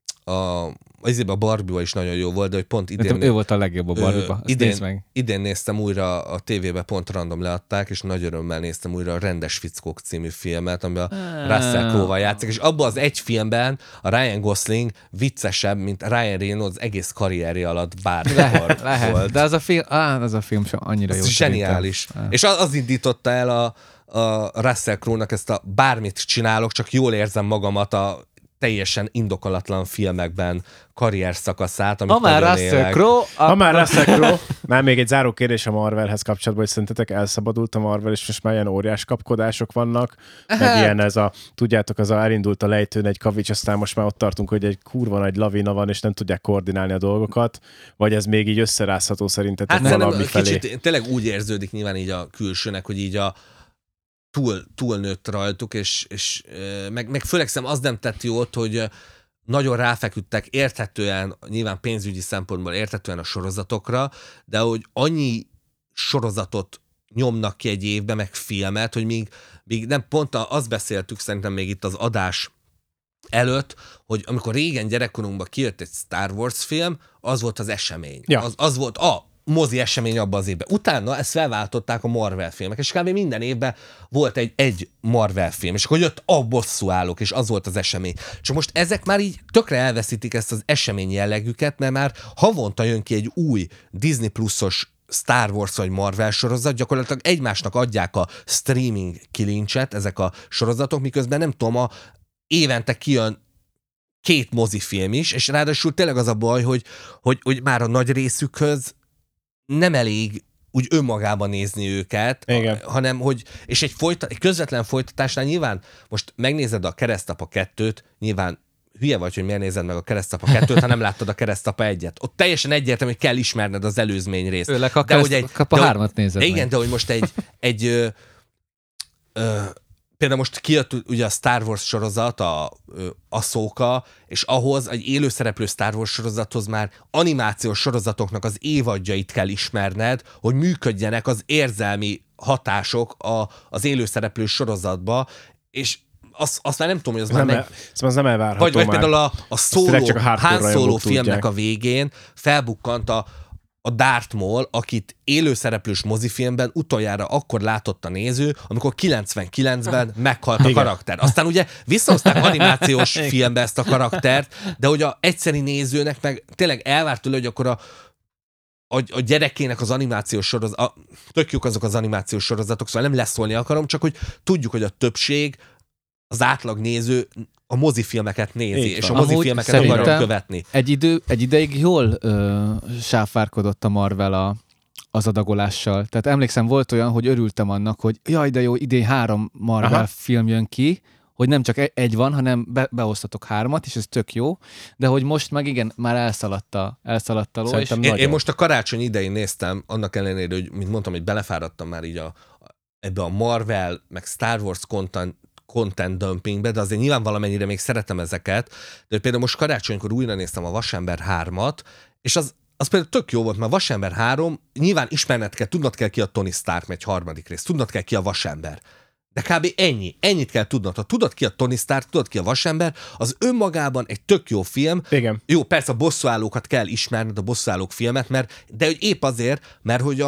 a Barbie-ba is nagyon jó volt, de hogy pont idén... Ő volt a legjobb a Barbie-ba. Idén néztem újra a tévébe, pont random leadták, és nagy örömmel néztem újra a Rendes Fickók című filmet, amiben a Russell Crowe-val játszik, és abban az egy filmben a Ryan Gosling viccesebb, mint Ryan Reynolds egész karrierje alatt bármikor volt. De az a film sem annyira jó. Zseniális. És az indította el a Russell Crowe-nak ezt a bármit csinálok, csak jól érzem magamat a teljesen indokolatlan filmekben karrier szakaszát, amit már Russell Crowe... Ha már Russell Crowe... Már még egy záró kérdés a Marvelhez kapcsolatban, hogy szerintetek elszabadult a Marvel, és most már ilyen óriás kapkodások vannak, meg ilyen tudjátok, elindult a lejtőn egy kavics, aztán most már ott tartunk, hogy egy kurva nagy lavina van, és nem tudják koordinálni a dolgokat, vagy ez még így összerázható szerintetek valami felé? Kicsit tényleg úgy érződik nyilván így a külsőnek, hogy így túlnőtt rajtuk, és meg főleg az nem tett jót, hogy nagyon ráfeküdtek érthetően, nyilván pénzügyi szempontból érthetően a sorozatokra, de hogy annyi sorozatot nyomnak ki egy évben, meg filmet, hogy még nem pont azt beszéltük szerintem még itt az adás előtt, hogy amikor régen gyerekkorunkban kijött egy Star Wars film, az volt az esemény. Ja. Az volt mozi esemény abban az évben. Utána ezt felváltották a Marvel filmek, és kb. Minden évben volt egy Marvel film, és akkor jött a bosszúállók, és az volt az esemény. Csak most ezek már így tökre elveszítik ezt az esemény jellegüket, mert már havonta jön ki egy új Disney Plus-os Star Wars vagy Marvel sorozat, gyakorlatilag egymásnak adják a streaming kilincset ezek a sorozatok, miközben nem tudom, évente kijön 2 mozifilm is, és ráadásul tényleg az a baj, hogy már a nagy részükhöz nem elég úgy önmagában nézni őket, hanem hogy, és egy közvetlen folytatásnál nyilván, most megnézed a Keresztapa 2-t, nyilván hülye vagy, hogy miért nézed meg a Keresztapa 2-t, ha nem láttad a Keresztapa 1-et. Ott teljesen egyértelmű, hogy kell ismerned az előzmény részt. Főleg, ha Keresztapa 3-at nézed igen, meg. de hogy most például most kijött ugye a Star Wars sorozat, a Ahsoka, és ahhoz egy élőszereplő Star Wars sorozathoz már animációs sorozatoknak az évadjait kell ismerned, hogy működjenek az érzelmi hatások az élőszereplő sorozatba, és azt már nem tudom, hogy az nem elvárható. Vagy például a Han Solo filmnek tudják. a végén felbukkant a Darth Maul, akit élőszereplős mozifilmben utoljára akkor látott a néző, amikor 99-ben meghalt a karakter. Aztán ugye visszahozták animációs filmbe ezt a karaktert, de hogy a egyszeri nézőnek meg tényleg elvárt tőle, hogy akkor a gyerekének az animációs sorozat, tök jók azok az animációs sorozatok, szóval nem leszólni akarom, csak hogy tudjuk, hogy a többség, az átlag néző a mozifilmeket nézi, és a mozifilmeket akarja követni. Egy ideig jól sáfárkodott a Marvel az adagolással. Tehát emlékszem, volt olyan, hogy örültem annak, hogy jaj, de jó, idén 3 Marvel film jön ki, hogy nem csak egy van, hanem behoztatok 3-at, és ez tök jó, de hogy most meg igen, már elszaladt a ló. Én most a karácsony idején néztem, annak ellenére, hogy mint mondtam, hogy belefáradtam már így ebbe a Marvel, meg Star Wars content dumpingbe, de azért nyilván valamennyire még szeretem ezeket, de például most karácsonykor újra néztem a Vasember 3-at, és az például tök jó volt, mert Vasember 3, nyilván ismerned kell, tudnod kell ki a Tony Stark, egy harmadik rész, tudnod kell ki a Vasember. De kb. Ennyit kell tudnod. Ha tudod ki a Tony Stark, tudod ki a Vasember, az önmagában egy tök jó film. Igen. Jó, persze a bosszúállókat kell ismerned, a bosszúállók filmet, de hogy épp azért, mert hogy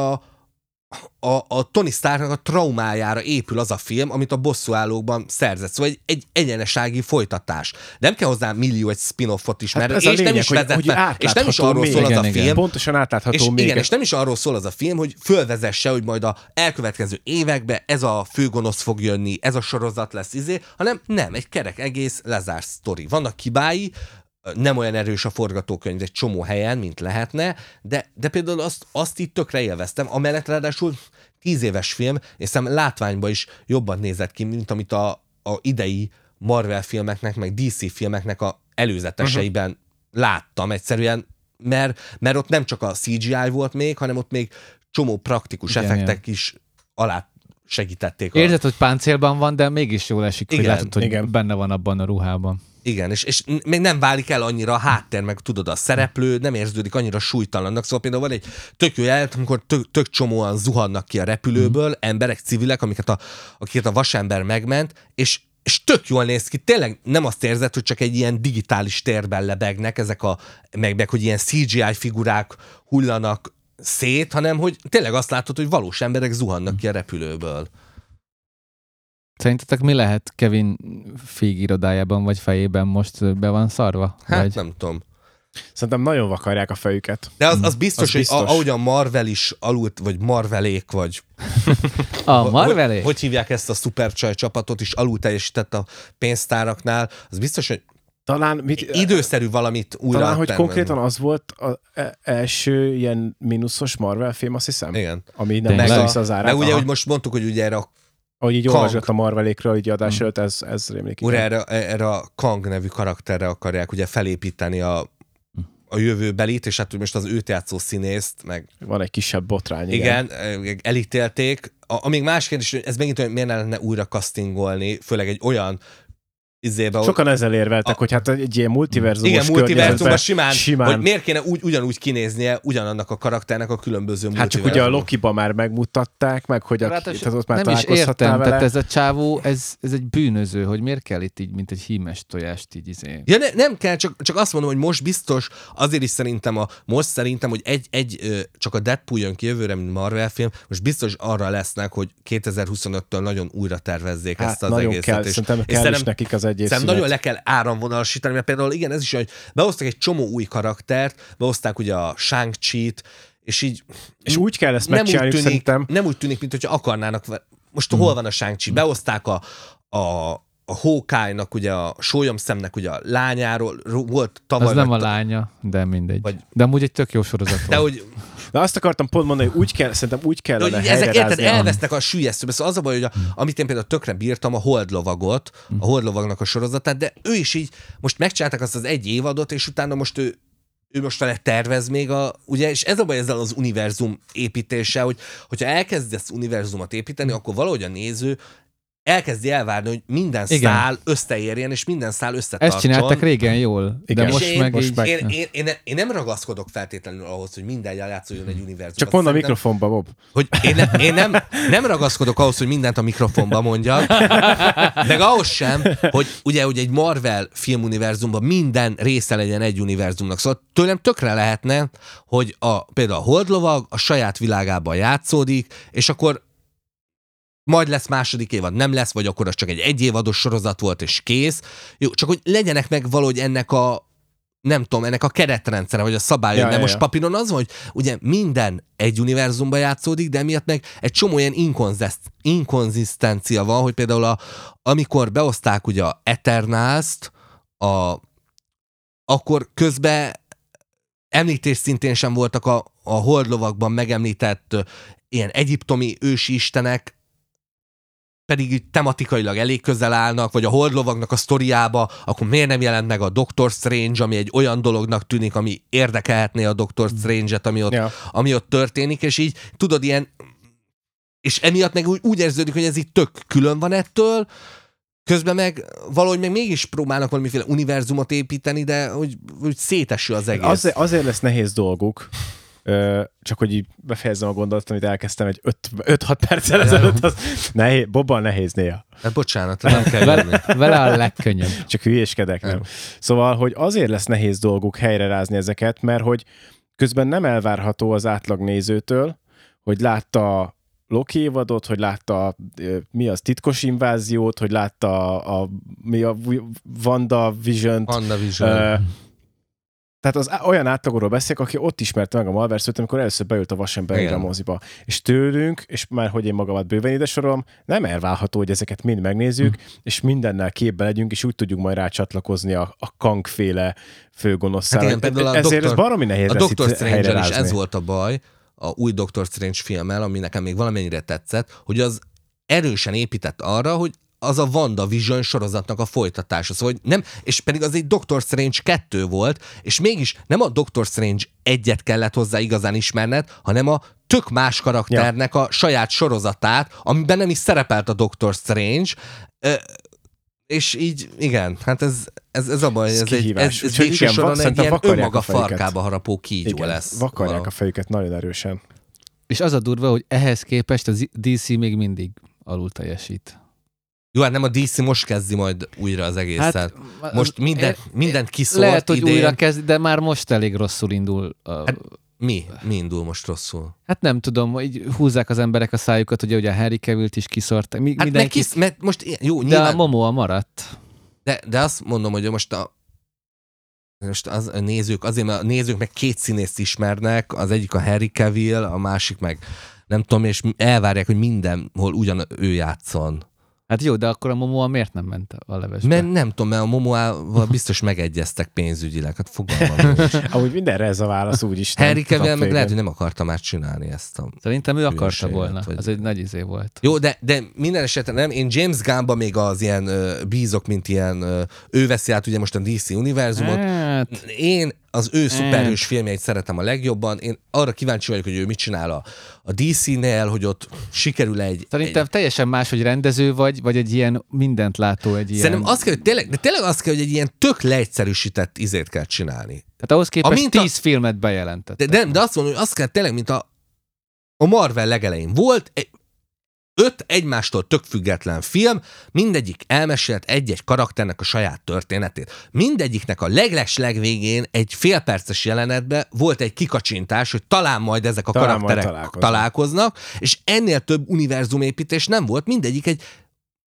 a Tony Starknak a traumájára épül az a film, amit a bosszúállókban szerzett. Szóval egy egyenesági folytatás. Nem kell hozzá millió egy spin-offot ismerni, és nem is vezet fel, és nem is arról szól az a film. Pontosan átlátható még. Igen, és nem is arról szól az a film, hogy fölvezesse, hogy majd a elkövetkező években ez a főgonosz fog jönni, ez a sorozat lesz hanem nem, egy kerek egész lezárt sztori. Vannak hibái, nem olyan erős a forgatókönyv egy csomó helyen, mint lehetne, de például azt így tökre élveztem, amellett ráadásul 10 éves film, és szerintem látványban is jobban nézett ki, mint amit a idei Marvel filmeknek, meg DC filmeknek a előzeteseiben láttam egyszerűen, mert ott nem csak a CGI volt még, hanem ott még csomó praktikus effektek is alá segítették. Érzed, hogy páncélban van, de mégis jól esik, hogy látod, hogy benne van abban a ruhában. Igen, és még nem válik el annyira a háttér, meg tudod, a szereplő nem érződik annyira súlytalannak. Szóval például van egy tök jó jelenet, amikor tök csomóan zuhannak ki a repülőből, emberek, civilek, akiket a Vasember megment, és tök jól néz ki. Tényleg nem azt érzed, hogy csak egy ilyen digitális térben lebegnek ezek meg hogy ilyen CGI figurák hullanak szét, hanem hogy tényleg azt látod, hogy valós emberek zuhannak ki a repülőből. Szerintetek mi lehet Kevin Feige irodájában vagy fejében most be van szarva? Hát vagy? nem tudom. Szerintem nagyon vakarják a fejüket. De az biztos, hogy ahogy a Marvel is alult, vagy Marvelék, vagy... A Marvelék? Hogy hívják ezt a szupercsaj csapatot is alul teljesített a pénztáraknál, az biztos, hogy talán időszerű valamit újra talán, hogy konkrétan az volt az első ilyen mínuszos Marvel film, azt hiszem. Igen. Ami nem megvisz az árát. Meg ugye, hogy most mondtuk, hogy ugye erre ahogy így olvasott a Marvelékről, így adás előtt, ez rémlik. Ura, erre a Kang nevű karakterre akarják ugye felépíteni a jövőbelit, és hát most az őt játszó színészt, meg... Van egy kisebb botrány, igen. Elítélték. Amíg más kérdés, hogy ez megint olyan, miért lenne újra castingolni, főleg egy olyan sokan ezzel érveltek, hogy hát egy ilyen multiverzumos multiverzumban simán, hogy miért kéne ugyanúgy kinéznie ugyanannak a karakternek a különböző multiverzumok. Hát csak ugye a Lokiba már megmutatták, meg hogy ott már nem is értem, vele. Tehát ez a csávó, ez egy bűnöző, hogy miért kell itt így, mint egy hímes tojást így Ja, nem kell, csak azt mondom, hogy most biztos, azért is szerintem, hogy csak a Deadpool jön ki jövőre, mint Marvel film, most biztos arra lesznek, hogy 2025-től nagyon újra tervezzék ezt az egészet. Szerintem kell is nekik az Szerintem nagyon le kell áramvonalasítani, mert például igen, ez is, hogy behoztak egy csomó új karaktert, behozták ugye a Shang-Chi-t, és így... És úgy kell ezt megcsinálni, szerintem. Nem úgy tűnik, mint hogyha akarnának... Most hol van a Shang-Chi? Behozták Hawkeye-nak, ugye a sólyomszemnek ugye a lányáról volt tavaly. Az nem a lánya, de mindegy. De amúgy egy tök jó sorozat volt. De hogy... De azt akartam pont mondani, hogy szerintem úgy kellene helyrerázni. Ezek érted, elvesznek a süllyesztőbe. Szóval az a baj, hogy amit én például tökre bírtam, a Holdlovagot, a Holdlovagnak a sorozatát, de ő is így, most megcsinálták azt az egy évadot, és utána most ő most vele tervez még ugye, és ez a baj ezzel az univerzum építéssel, hogyha elkezdesz univerzumot építeni, akkor valahogy a néző elkezdi elvárni, hogy minden szál összeérjen, és minden szál összetartson. Ezt csináltak régen jól, igen. De most meg én nem ragaszkodok feltétlenül ahhoz, hogy minden játszódjon egy univerzumban. Csak mondd a mikrofonba, Bob. Hogy én nem ragaszkodok ahhoz, hogy mindent a mikrofonba mondjak, meg ahhoz sem, hogy ugye egy Marvel filmuniverzumban minden része legyen egy univerzumnak. Szóval tőlem tökre lehetne, hogy például a Holdlovag a saját világában játszódik, és akkor majd lesz második évad, nem lesz, vagy akkor az csak egy egyévados sorozat volt, és kész. Jó, csak hogy legyenek meg valahogy ennek a keretrendszere, vagy a szabály, de most papíron az van, hogy ugye minden egy univerzumban játszódik, de emiatt meg egy csomó ilyen inkonzisztencia van, hogy például amikor beoszták ugye a Eternals-t, akkor közben említés szintén sem voltak a Holdlovagban megemlített ilyen egyiptomi ősi istenek, pedig így tematikailag elég közel állnak, vagy a Holdlovagnak a sztoriába, akkor miért nem jelent meg a Doctor Strange, ami egy olyan dolognak tűnik, ami érdekelhetné a Doctor Strange-et, ami ott történik, és így tudod ilyen, és emiatt meg úgy érződik, hogy ez így tök külön van ettől, közben meg valahogy meg mégis próbálnak valamiféle univerzumot építeni, de hogy szétesül az egész. Azért lesz nehéz dolguk, csak hogy így befejezzem a gondolatot, amit elkezdtem egy 5-6 perccel ezelőtt, Bobbal nehéz néha. Hát bocsánat, nem kell jönni. Vele a legkönnyebb. Csak hülyéskedek, nem. Szóval, hogy azért lesz nehéz dolguk helyrerázni ezeket, mert hogy közben nem elvárható az átlag-nézőtől, hogy látta Loki évadot, hogy látta titkos inváziót, hogy látta a WandaVision-t. Tehát olyan átlagról beszélek, aki ott ismerte meg a Malverse-t, amikor először beült a Vasembergre a moziba. És tőlünk, és már hogy én magamat bőven ide sorolom, nem elvárható, hogy ezeket mind megnézzük, és mindennel képbe legyünk, és úgy tudjuk majd rácsatlakozni a Kang-féle főgonoszszára. Hát igen, ezért ez baromi nehéz a lesz Doctor itt helyrerázni. Strange-el is ez volt a baj, a új Doctor Strange filmmel, ami nekem még valamennyire tetszett, hogy az erősen épített arra, hogy az a WandaVision sorozatnak a folytatása. Szóval, hogy nem, és pedig az egy Doctor Strange 2 volt, és mégis nem a Doctor Strange 1-et kellett hozzá igazán ismerned, hanem a tök más karakternek a saját sorozatát, amiben nem is szerepelt a Doctor Strange, és így, igen, hát ez a baj, ez végső soron egy ilyen önmaga farkába harapó kígyó lesz. Vakarják a fejüket nagyon erősen. És az a durva, hogy ehhez képest a DC még mindig alul teljesít. Jó, hát nem a DC most kezdi majd újra az egészet. Hát, most mindent kiszólt lehet, hogy idén. újra kezdi, de már most elég rosszul indul. Hát mi indul most rosszul? Hát nem tudom, így húzzák az emberek a szájukat, ugye a Henry Cavill-t is kiszorták. Hát mert most jó, de nyilván... a Momoa maradt. De azt mondom, hogy most a nézők, azért mert a nézők meg két színészt ismernek, az egyik a Henry Cavill, a másik meg nem tudom, és elvárják, hogy mindenhol ugyan ő játszon. Hát jó, de akkor a Momoa miért nem ment a levesbe? Mert nem tudom, mert a Momoával biztos megegyeztek pénzügyileg. Hát fogalmam nincs. Amúgy mindenre ez a válasz úgyis. Henry Cavill meg lehet, hogy nem akarta már csinálni ezt a... Szerintem ő akarta volna. Vagy... Az egy nagy izé volt. Jó, de minden esetben nem. Én James Gunnba még az ilyen bízok, mint ilyen ő veszi át ugye most a DC univerzumot. Hát... Én az ő szuperhős filmjeit szeretem a legjobban. Én arra kíváncsi vagyok, hogy ő mit csinál a DC-nél, hogy ott sikerül Szerintem teljesen más, hogy rendező vagy egy ilyen mindent látó, egy ilyen... Szerintem azt kell, hogy tényleg azt kell, hogy egy ilyen tök leegyszerűsít izét kell csinálni. Tehát ahhoz képest 10 filmet bejelentett. De azt mondom, hogy azt kell tényleg, mint a Marvel legelején volt 5 egymástól tök független film, mindegyik elmesélt egy-egy karakternek a saját történetét. Mindegyiknek a legvégén egy félperces jelenetben volt egy kikacsintás, hogy talán majd ezek a karakterek találkoznak, és ennél több univerzumépítés nem volt, mindegyik egy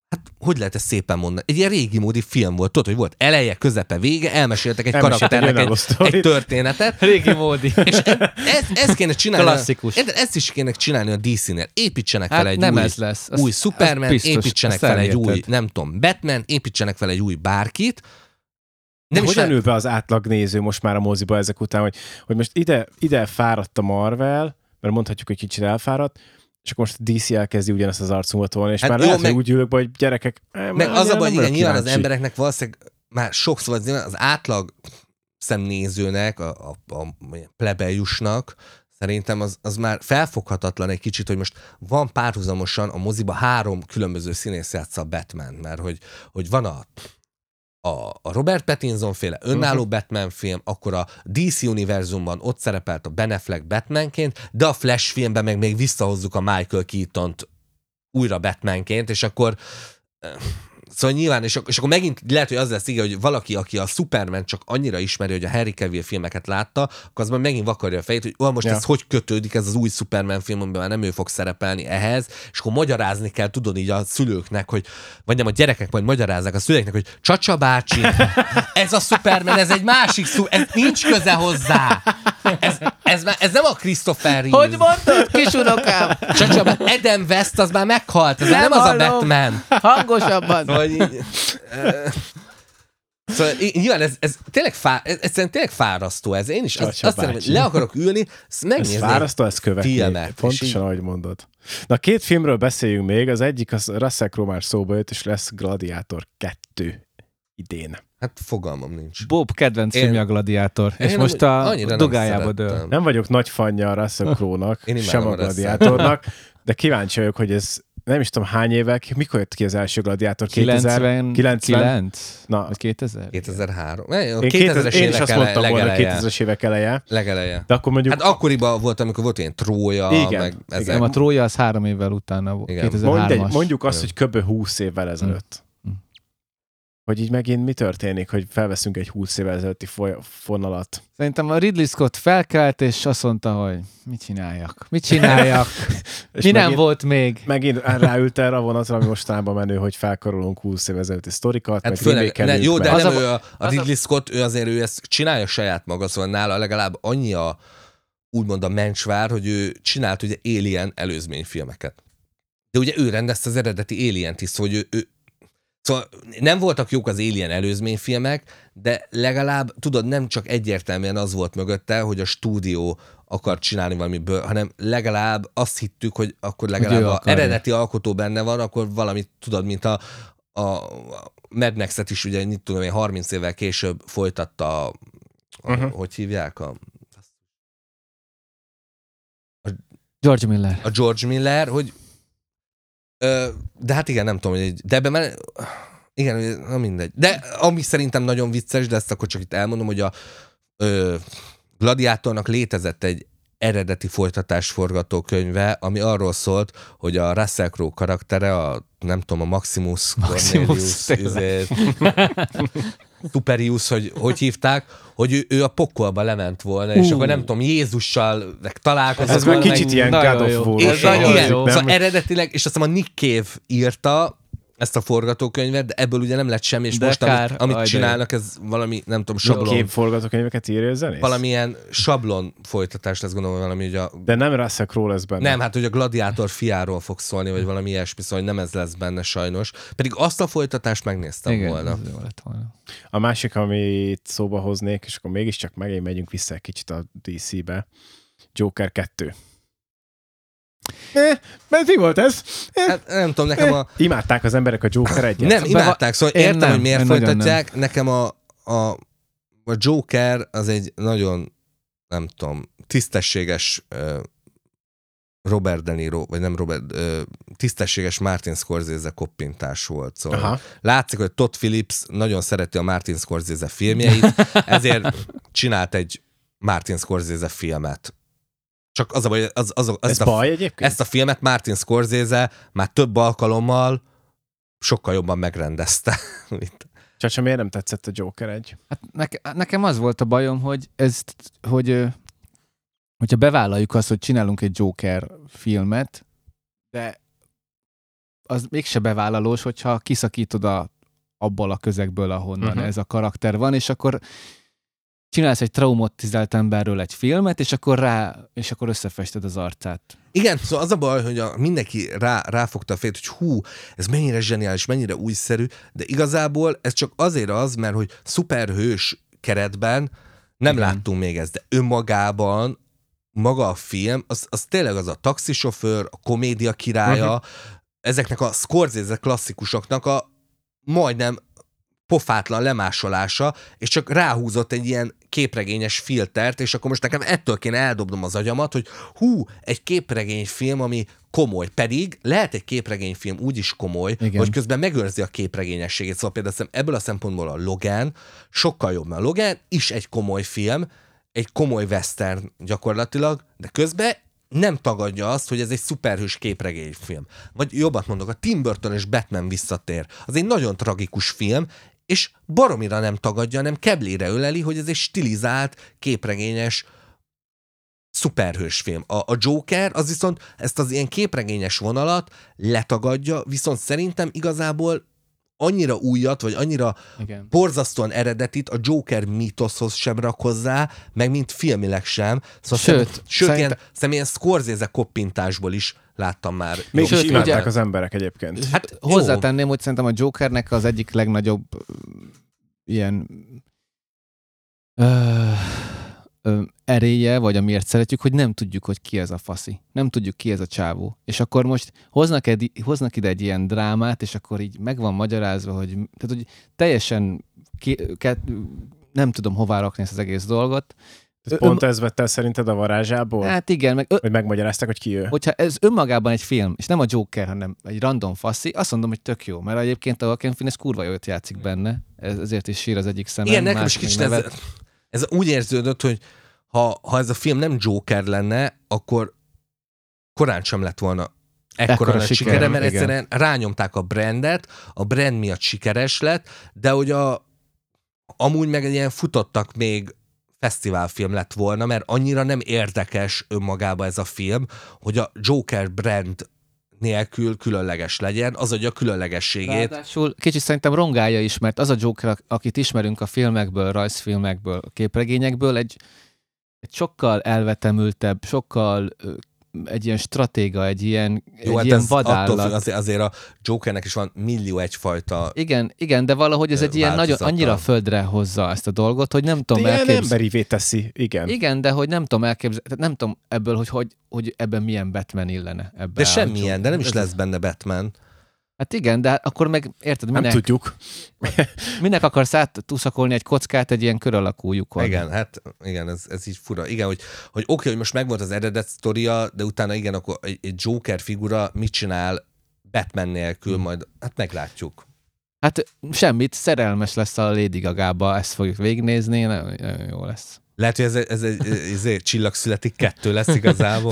Hát, hogy lehet ezt szépen mondani? Egy ilyen régi módi film volt, tudod, hogy volt eleje, közepe, vége, elmeséltek egy karakternek egy történetet. Régi módi. És ezt kéne csinálni. Klasszikus. Ezt is kéne csinálni a DC-nél. Építsenek fel egy nem új, ez lesz. új Superman, építsenek fel egy új, nem tudom, Batman, építsenek fel egy új bárkit. Nem is hogyan ül be az átlag néző most már a moziba ezek után, hogy most ide fáradt a Marvel, mert mondhatjuk, hogy kicsit elfáradt, és akkor most a DC elkezdi ugyanezt az arcunkat volna, és hát már lehet, hogy úgy ülök be, hogy gyerekek... Meg az a baj, igen, nyilván az embereknek valószínűleg már sokszor az átlag szemnézőnek, a plebejusnak szerintem az már felfoghatatlan egy kicsit, hogy most van párhuzamosan a moziba 3 különböző színész játsza a Batman, mert hogy van a Robert Pattinson féle önálló Batman film, akkor a DC univerzumban ott szerepelt a Ben Affleck Batmanként, de a Flash filmben meg még visszahozzuk a Michael Keatont újra Batmanként, és akkor szóval nyilván, és akkor megint lehet, hogy az lesz, igen, hogy valaki, aki a Superman csak annyira ismeri, hogy a Henry Cavill filmeket látta, akkor az már megint vakarja a fejét, hogy most ez hogy kötődik ez az új Superman film, amiben már nem ő fog szerepelni ehhez, és akkor magyarázni kell, tudod így a szülőknek, hogy, vagy nem, a gyerekek majd magyarázzák a szülőknek, hogy Csacsa bácsi, ez a Superman, ez egy másik ez nincs köze hozzá. Ez nem a Christopher Reeve. Hogy mondod, kisunokám? Csacsa, Adam West az már meghalt, ez nem az a Batman. Hangosabban. Szóval nyilván ez tényleg, ez tényleg fárasztó ez. Én is azt szeretem, hogy le akarok ülni, megnézni. Ez fárasztó, ezt követni. Filmet. Pontosan, ahogy mondod. Na, 2 filmről beszéljünk még. Az egyik, az Russell Crowe már szóba jött, és lesz Gladiator 2 idén. Hát fogalmam nincs. Bob kedvenc filmje a Gladiátor, és most a dugájába dől. Nem vagyok nagy fanja a Russell Crowe-nak, sem a Gladiátornak, de kíváncsi vagyok, hogy ez nem is tudom hány évek, mikor jött ki az első Gladiátor? 99? Na, 2000? 2003. Én is azt mondtam volna, 2000-es évek eleje. Legeleje. De akkor mondjuk... Hát akkoriban volt, amikor volt ilyen Trója, igen, meg ezek. Nem, a Trója az 3 évvel utána volt. 2003-as. Mondjuk azt, hogy kb. 20 évvel ezelőtt. Hogy így megint mi történik, hogy felveszünk egy 20 évvel ezelőtti fonalat. Szerintem a Ridley Scott felkelt, és azt mondta, hogy mit csináljak? Mi nem volt még? Megint ráült erre a vonatra, ami mostanában menő, hogy felkarolunk 20 évvel ezelőtti sztorikat, hát meg remékelünk. Jó, de nem ő a Ridley Scott, ő ezt csinálja saját maga, szóval nála legalább annyi úgymond a mencsvár, hogy ő csinált ugye Alien előzményfilmeket. De ugye ő rendezte az eredeti Alien-t is, szóval ő szóval nem voltak jók az Alien előzményfilmek, de legalább, tudod, nem csak egyértelműen az volt mögötte, hogy a stúdió akar csinálni valamiből, hanem legalább azt hittük, hogy akkor legalább az eredeti alkotó benne van, akkor valamit, tudod, mint a Mad Max-et is ugye, mit tudom én, 30 évvel később folytatta hogy hívják George Miller. A George Miller, hogy de hát igen, nem tudom, hogy de ebben már igen, na mindegy. De ami szerintem nagyon vicces, de ezt akkor csak itt elmondom, hogy a Gladiátornak létezett egy eredeti folytatás forgatókönyve, ami arról szólt, hogy a Russell Crowe karaktere, nem tudom, a Maximus Cornelius Superius, hogy hívták, hogy ő a pokolba lement volna, és akkor nem tudom, Jézussal találkozott. Ez már kicsit ilyen God of War. Ez nagyon jó. Szóval eredetileg, és azt hiszem a Nick Cave írta ezt a forgatókönyvet, de ebből ugye nem lett semmi, és de most amit csinálnak, ez valami, nem tudom, sablon. Kép forgatókönyveket írja a zenész? Valamilyen sablon folytatás lesz, gondolom, valami, hogy de nem Russell Crowe lesz benne. Nem, hát hogy a Gladiátor fiáról fog szólni, vagy valami ilyesmi, szóval nem ez lesz benne sajnos. Pedig azt a folytatást megnéztem igen, volna. A másik, amit szóba hoznék, és akkor mégiscsak megint megyünk vissza egy kicsit a DC-be. Joker 2. Mert mi volt ez? Hát nem tudom, nekem imádták az emberek a Joker 1-et. Nem, imádták, szóval értem, hogy miért folytatják. Nekem a Joker az egy nagyon, nem tudom, tisztességes Robert De Niro, vagy nem Robert, tisztességes Martin Scorsese koppintás volt. Szóval látszik, hogy Todd Phillips nagyon szereti a Martin Scorsese filmjeit, ezért csinált egy Martin Scorsese filmet. Csak az a baj, ezt a filmet Martin Scorsese már több alkalommal sokkal jobban megrendezte. Csacsa, miért nem tetszett a Joker 1? Hát nekem az volt a bajom, hogyha bevállaljuk azt, hogy csinálunk egy Joker filmet, de az mégse bevállalós, hogyha kiszakítod abból a közegből, ahonnan ez a karakter van, és akkor csinálsz egy traumatizált emberről egy filmet, és akkor összefested az arcát. Igen, szóval az a baj, hogy mindenki ráfogta a fejét, hogy ez mennyire zseniális, mennyire újszerű, de igazából ez csak azért az, mert hogy szuperhős keretben nem láttunk még ezt, de önmagában maga a film, az tényleg az a taxisofőr, a komédia királya, ezeknek a Scorsese klasszikusoknak a majdnem pofátlan lemásolása, és csak ráhúzott egy ilyen képregényes filtert, és akkor most nekem ettől kéne eldobnom az agyamat, hogy egy képregényfilm, ami komoly. Pedig lehet egy képregényfilm úgy is komoly, hogy közben megőrzi a képregényességét. Szóval például ebből a szempontból a Logan sokkal jobb, mert a Logan is egy komoly film, egy komoly western gyakorlatilag, de közben nem tagadja azt, hogy ez egy szuperhős képregényfilm. Vagy jobbat mondok, a Tim Burton-ös Batman visszatér. Az egy nagyon tragikus film, és baromira nem tagadja, hanem keblére öleli, hogy ez egy stilizált, képregényes, szuperhős film. A Joker az viszont ezt az ilyen képregényes vonalat letagadja, viszont szerintem igazából annyira újat, vagy annyira borzasztóan eredetit a Joker mítoszhoz sem rak hozzá, meg mint filmileg sem. Szóval sőt ilyen Scorsese koppintásból is láttam már. Mégis imádták az emberek egyébként. Hát hozzátenném, hogy szerintem a Jokernek az egyik legnagyobb ilyen eréje, vagy amiért szeretjük, hogy nem tudjuk, hogy ki ez a faszi. Nem tudjuk, ki ez a csávó. És akkor most hoznak ide egy ilyen drámát, és akkor így meg van magyarázva, hogy teljesen nem tudom hová rakni ezt az egész dolgot. Pont ez vett el szerinted a varázsából? Hát igen. Hogy megmagyarázták, hogy ki ő? Hogyha ez önmagában egy film, és nem a Joker, hanem egy random faszi, azt mondom, hogy tök jó, mert egyébként a Joaquin Phoenix kurva jót játszik benne, ezért is sír az egyik szemem. Igen, nekem is kicsit ez úgy érződött, hogy ha ez a film nem Joker lenne, akkor korán sem lett volna ekkora nagy sikere, mert egyszerűen rányomták a brandet, a brand miatt sikeres lett, de hogy amúgy meg ilyen futottak még fesztiválfilm lett volna, mert annyira nem érdekes önmagában ez a film, hogy a Joker brand nélkül különleges legyen, az adja a különlegességét. Ráadásul kicsit szerintem rongálja is, mert az a Joker, akit ismerünk a filmekből, rajzfilmekből, képregényekből, egy sokkal elvetemültebb, sokkal egy ilyen stratéga, egy ilyen vadállat. Azért a Jokernek is van millió egyfajta Igen, de valahogy ez egy ilyen nagyon, annyira földre hozza ezt a dolgot, hogy nem tudom elképzelni. Ilyen emberivé teszi, igen. Igen, de hogy nem tudom elképzelni, nem tudom ebből, hogy ebben milyen Batman illene. De semmilyen, de nem is lesz benne Batman. Hát igen, de akkor meg érted, nem tudjuk. Minek akarsz áttuszakolni egy kockát egy ilyen kör alakú lyukon? Igen, ez így fura. Igen, hogy oké, hogy most megvolt az eredet sztoria, de utána igen, akkor egy Joker figura mit csinál Batman nélkül, majd hát meglátjuk. Hát semmit, szerelmes lesz a Lady Gagába, ezt fogjuk végignézni, nagyon jó lesz. Lehet, hogy ez egy Csillag születik 2 lesz igazából.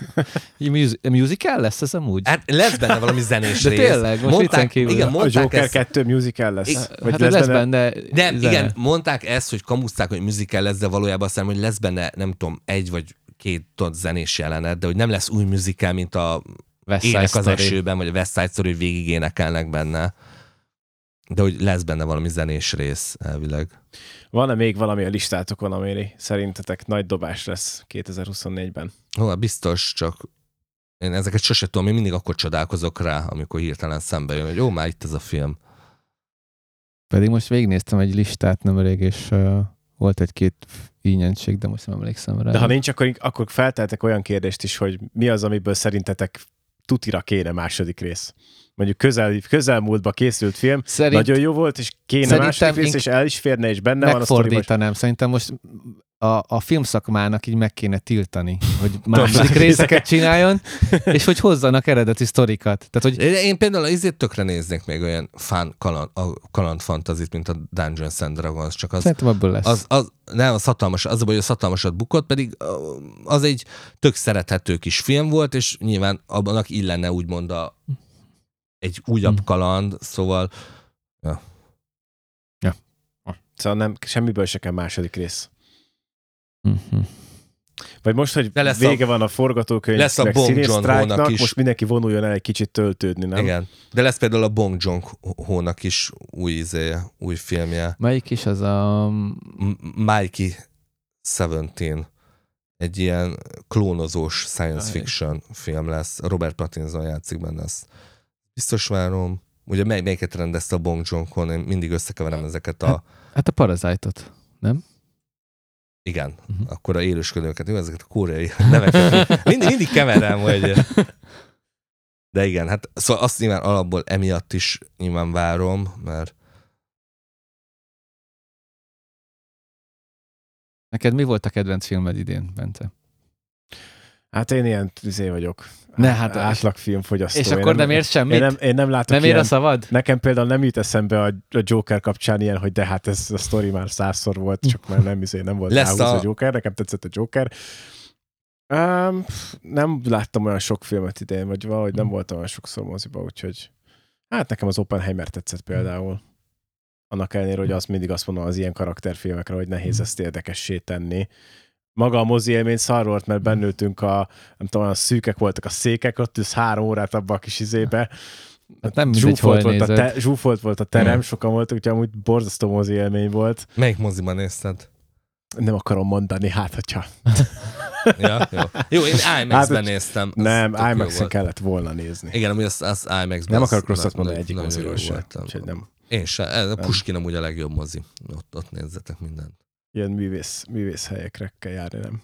Musical lesz ez amúgy? Hát lesz benne valami zenés rész. De tényleg, most viccen kívül. Igen, a Joker 2 musical lesz. Hát lesz benne nem, igen, mondták ezt, hogy kamuszták, hogy musical lesz, de valójában azt hiszem, hogy lesz benne, nem tudom, 1 vagy 2 zenés jelenet, de hogy nem lesz új musical, mint a Ének az esőben, vagy a West Side Story, hogy végig énekelnek benne. De hogy lesz benne valami zenés rész elvileg. Van-e még valami a listátokon, amire szerintetek nagy dobás lesz 2024-ben? Biztos, csak én ezeket sose tudom, én mindig akkor csodálkozok rá, amikor hirtelen szembe jön, hogy jó, már itt ez a film. Pedig most végignéztem egy listát nemrég, és volt egy-két ínyentség, de most nem emlékszem rá. De ha nincs, akkor felteltek olyan kérdést is, hogy mi az, amiből szerintetek tutira kéne második rész. Mondjuk közelmúltba készült film, nagyon jó volt, és kéne második rész, és el is férne, és benne van a sztoriban. Megfordítanám, szerintem most a filmszakmának így meg kéne tiltani, hogy második részeket csináljon, és hogy hozzanak eredeti sztorikat. Tehát, hogy... Én például azért tökre néznék még olyan kaland fantazit, mint a Dungeons and Dragons, csak az... Szerintem ebből lesz. Az hatalmas, az a baj, hogy az hatalmasat bukott, pedig az egy tök szerethető kis film volt, és nyilván abbanak illene úgymond egy újabb kaland, szóval... Ja. Szóval semmiből se kell második rész. Vagy most, hogy vége van a forgatókönyv, lesz a meg Bong színésztrájknak, Joon-hónak is. most mindenki vonuljon el egy kicsit töltődni, nem? Igen. De lesz például a Bong Joon-hónak is új filmje. Melyik is az a... Mikey 17. Egy ilyen klónozós science fiction film lesz. Robert Pattinson játszik benne, ezt biztos várom. Ugye melyiket rendezte a Bong Joon-ho, én mindig összekeverem ezeket a... Hát a Parasite-ot, nem? Igen, akkor a élősködőket, ezeket a koreai neveket. Mindig keverem, hogy... De igen, hát szóval azt nyilván alapból emiatt is nyilván várom, mert... Neked mi volt a kedvenc filmed idén, Bence? Hát én ilyen vagyok. Átlag filmfogyasztó. És akkor nem ér semmit? Én nem látok nem ér a szavad? Nekem például nem jut eszembe a Joker kapcsán ilyen, hogy de hát ez a sztori már 100-szor volt, csak már nem volt ráhúz a Joker. Nekem tetszett a Joker. Nem láttam olyan sok filmet idén, vagy valahogy nem voltam olyan sokszor moziba, úgyhogy hát nekem az Oppenheimer tetszett például. Annak ellenére, hogy mindig azt mondom az ilyen karakterfilmekre, hogy nehéz ezt érdekessé tenni. Maga a mozi élmény szar volt, mert bennültünk nem tudom, olyan szűkek voltak a székek, ott ülsz 3 órát abba a kis izébe. Hát nem mindegy, zsúfolt volt a terem, sokan voltak, úgyhogy amúgy borzasztó mozi élmény volt. Melyik moziban nézted? Nem akarom mondani, hát hogyha... Ja, jó, én IMAX-ben néztem. Nem, IMAX-en kellett volna nézni. Igen, ami az IMAX-ben. Nem akarok rosszat mondani egyik moziról sem. Én sem. A Puskin amúgy a legjobb mozi. Ott nézzetek mindent. Ilyen művész helyekre kell járni, nem?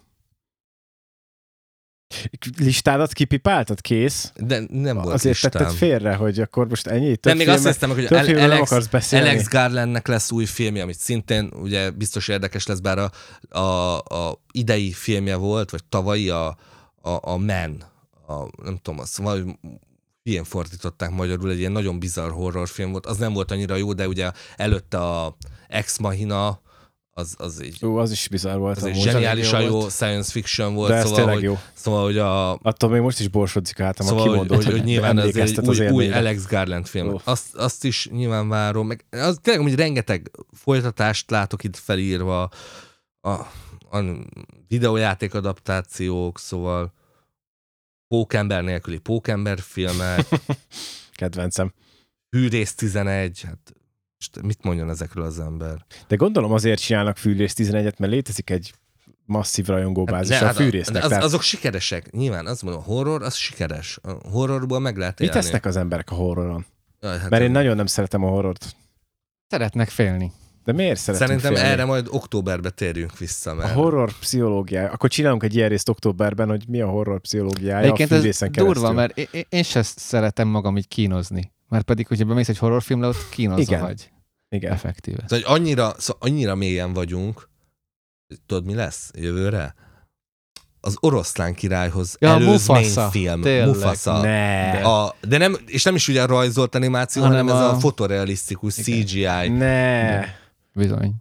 Listádat kipipáltad, kész? De nem volt azért listám. Tetted félre, hogy akkor most ennyi? Nem, még azt hiszem, hogy Alex Garlandnek lesz új filmje, amit szintén ugye biztos érdekes lesz, bár a idei filmje volt, vagy tavalyi a Man. Nem tudom, azt valahogy ilyen fordították magyarul, egy ilyen nagyon bizarr horrorfilm volt. Az nem volt annyira jó, de ugye előtte a Ex Machina, az így... az is bizarr volt. Az egy zseniálisan jó science fiction volt. De ez tényleg jó. Szóval, hogy attól még most is borsodzik hátam, szóval, a kimondó, hogy nyilván ez egy új Alex Garland film. Azt is nyilván várom. Meg az tényleg, hogy rengeteg folytatást látok itt felírva, a videójáték adaptációk, szóval Pókember nélküli Pókember filmek. Kedvencem. Hűrész 11, hát mit mondjon ezekről az ember? De gondolom azért csinálnak Fűrész 11-et, mert létezik egy masszív rajongóbázis a Fűrésznek. Azok sikeresek. Nyilván azt mondom, a horror az sikeres. A horrorból meg lehet élni. Mit tesznek az emberek a horroron? Hát mert én nagyon nem szeretem a horrort. Szeretnek félni. De miért szeretünk Szerintem félni? Erre majd októberben térjünk vissza. Mert... A horror pszichológiája. Akkor csinálunk egy ilyen részt októberben, hogy mi a horror pszichológiája egyébként a Fűrészen keresztül. Durva, mert én sem szeretem magam így kínozni. Mert pedig, hogyha bemész egy horrorfilmre, ott kínozva vagy. Igen. Effektíve. Szóval annyira mélyen vagyunk, tudod mi lesz jövőre? Az Oroszlán királyhoz előzményfilm. Mufasa. De nem, és nem is ugye a rajzolt animáció, hanem ez a fotorealisztikus CGI. Bizony.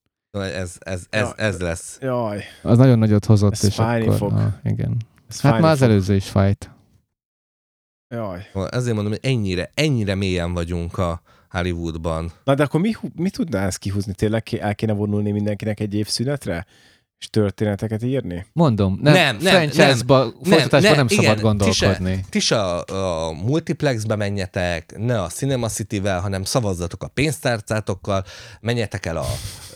Ez lesz. Jaj. Az nagyon nagyot hozott. Ez és fájni akkor, fog. Igen. Hát már az előző is fájt. Jaj. Ezért mondom, hogy ennyire mélyen vagyunk a Hollywoodban. Na de akkor mi tudná ezt kihúzni? Tényleg el kéne vonulni mindenkinek egy évszünetre? És történeteket írni? Mondom, nem franchise-ba, folytatásban nem szabad gondolkodni. Ti se a multiplexbe menjetek, ne a Cinema City-vel, hanem szavazzatok a pénztárcátokkal, menjetek el a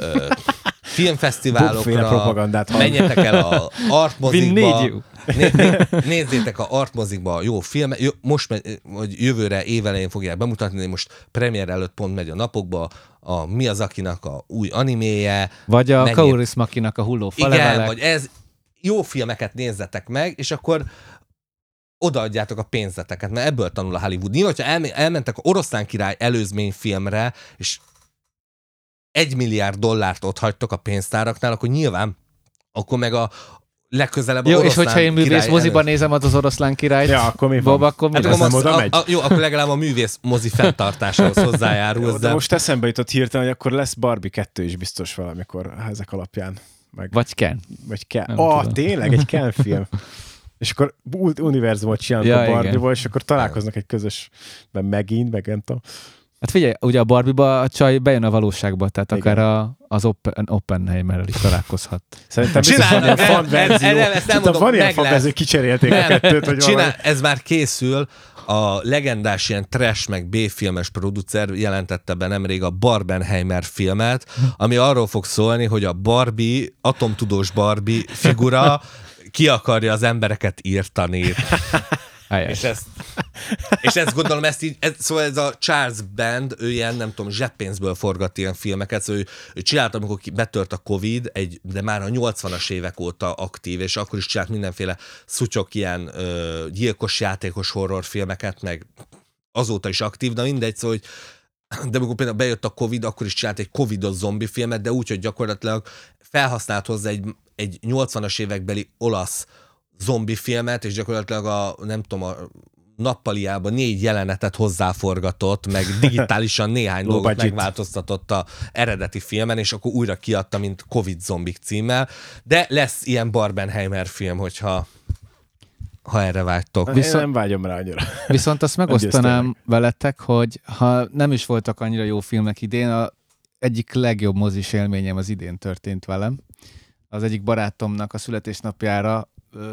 filmfesztiválokra, menjetek el a artmozikba, nézzétek a artmozikba jó filmet, most vagy jövőre évelején fogják bemutatni, most premier előtt pont megy a napokba, a Miyazakinak a új animéje. Vagy a Kaurismäkinak a hulló falevelek. Igen, vagy ez. Jó filmeket nézzetek meg, és akkor odaadjátok a pénzeteket, mert ebből tanul a Hollywood. Nyilván, hogyha elmentek a Oroszlán király előzményfilmre, és $1 milliárd ott hagytok a pénztáraknál, akkor nyilván, akkor meg a legközelebb jó, oroszlán és hogyha én művész moziban nézem az Oroszlán királyt, ja, akkor mi van? Akkor mi lesz? Jó, akkor legalább a művész mozi fenntartásához hozzájárul. De most eszembe jutott hirtelen, hogy akkor lesz Barbie 2 is biztos valamikor ezek alapján. Vagy Ken. Tényleg, egy Ken film. És akkor univerzumot csinálnak a Barbie-ból, és akkor találkoznak egy közösben megint, meg nem tudom. Hát figyelj, ugye a Barbie-ba a csaj bejön a valóságba, tehát igen. Akár az Oppenheimerrel is találkozhat. Szerintem van ilyen fan verzió. Van ilyen fan verzió, kicserélték a kettőt, hogy ez már készül. A legendás ilyen trash meg B-filmes producer jelentette be nemrég a Barbenheimer filmet, ami arról fog szólni, hogy a Barbie, atomtudós Barbie figura ki akarja az embereket írtani. És ezt gondolom, szóval ez a Charles Band, ő ilyen, nem tudom, zseppénzből forgat ilyen filmeket, szóval ő csinált, amikor betört a Covid, de már a 80-as évek óta aktív, és akkor is csinált mindenféle szutyok ilyen gyilkos játékos horrorfilmeket, meg azóta is aktív, de mindegy, szóval, de amikor például bejött a Covid, akkor is csinált egy Covidos zombi filmet, de úgy, hogy gyakorlatilag felhasznált hozzá egy 80-as évekbeli olasz zombi filmet, és gyakorlatilag a nappaliában 4 jelenetet hozzáforgatott, meg digitálisan néhány dolgot megváltoztatott a eredeti filmen, és akkor újra kiadta, mint Covid zombik címmel. De lesz ilyen Barbenheimer film, hogyha erre vágytok. Én nem vágyom rá annyira. Viszont azt megosztanám veletek, hogy ha nem is voltak annyira jó filmek idén, egyik legjobb mozis élményem az idén történt velem. Az egyik barátomnak a születésnapjára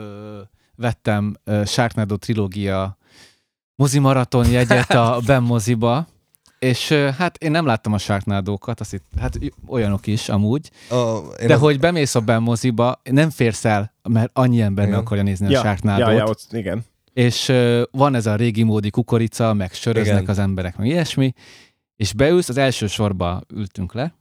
vettem Sharknado trilógia mozimaraton jegyet a Ben moziba, és hát én nem láttam a Sharknadókat, hát olyanok is amúgy, de hogy bemész a Ben moziba, nem férsz el, mert annyi ember meg akarja nézni a Sharknadót. Igen. És van ez a régi módi kukorica, meg söröznek az emberek, meg ilyesmi, és beülsz, az első sorba ültünk le,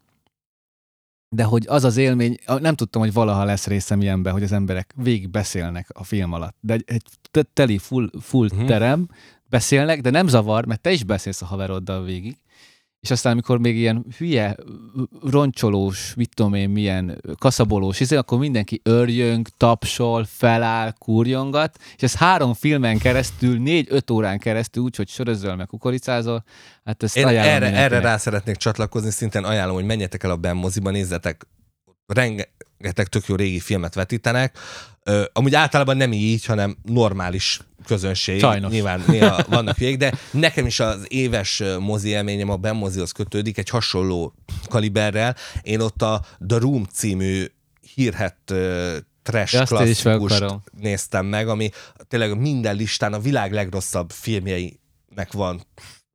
de hogy az élmény, nem tudtam, hogy valaha lesz részem ilyenben, hogy az emberek végig beszélnek a film alatt. De egy teli full terem, beszélnek, de nem zavar, mert te is beszélsz a haveroddal végig. És aztán, amikor még ilyen hülye, roncsolós, mit tudom én, milyen kaszabolós, akkor mindenki örjöng, tapsol, feláll, kurjongat, és ez 3 filmen keresztül, 4-5 órán keresztül, úgyhogy sörözöl, meg kukoricázol. Hát ezt én erre rá szeretnék csatlakozni, szintén ajánlom, hogy menjetek el a Ben moziba, nézzetek, rengeteg tök jó régi filmet vetítenek. Amúgy általában nem így, hanem normális közönség. Sajnos. Nyilván néha vannak hülyék, de nekem is az éves mozi élményem a Ben mozihoz kötődik, egy hasonló kaliberrel. Én ott a The Room című hírhett trash klasszikust néztem meg, ami tényleg minden listán a világ legrosszabb filmjeinek van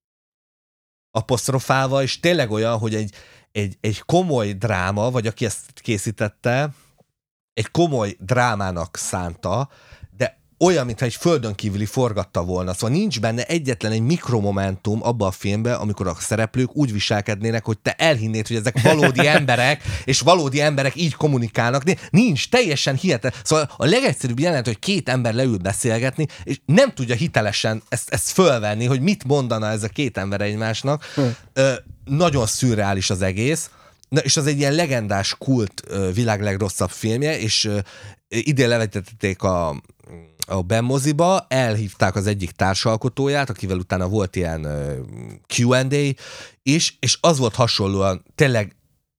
apostrofálva, és tényleg olyan, hogy egy komoly dráma, vagy aki ezt készítette, egy komoly drámának szánta, de olyan, mintha egy földön kívüli forgatta volna. Szóval nincs benne egyetlen egy mikromomentum abban a filmben, amikor a szereplők úgy viselkednének, hogy te elhinnéd, hogy ezek valódi emberek, és valódi emberek így kommunikálnak. Nincs, teljesen hihetetlen. Szóval a legegyszerűbb jelenet, hogy 2 ember leül beszélgetni, és nem tudja hitelesen ezt fölvenni, hogy mit mondana ez a 2 ember egymásnak. Nagyon szürreális az egész. Na, és az egy ilyen legendás kult világ legrosszabb filmje, és idén levetítették a Ben moziba, elhívták az egyik társalkotóját, akivel utána volt ilyen Q&A is, és az volt hasonlóan tényleg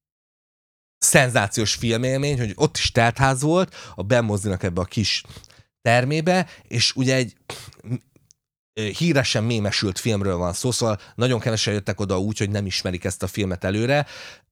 szenzációs filmélmény, hogy ott is teltház volt, a Ben mozinak ebbe a kis termébe, és ugye egy híresen mémesült filmről van szó, szóval nagyon kevesen jöttek oda úgy, hogy nem ismerik ezt a filmet előre,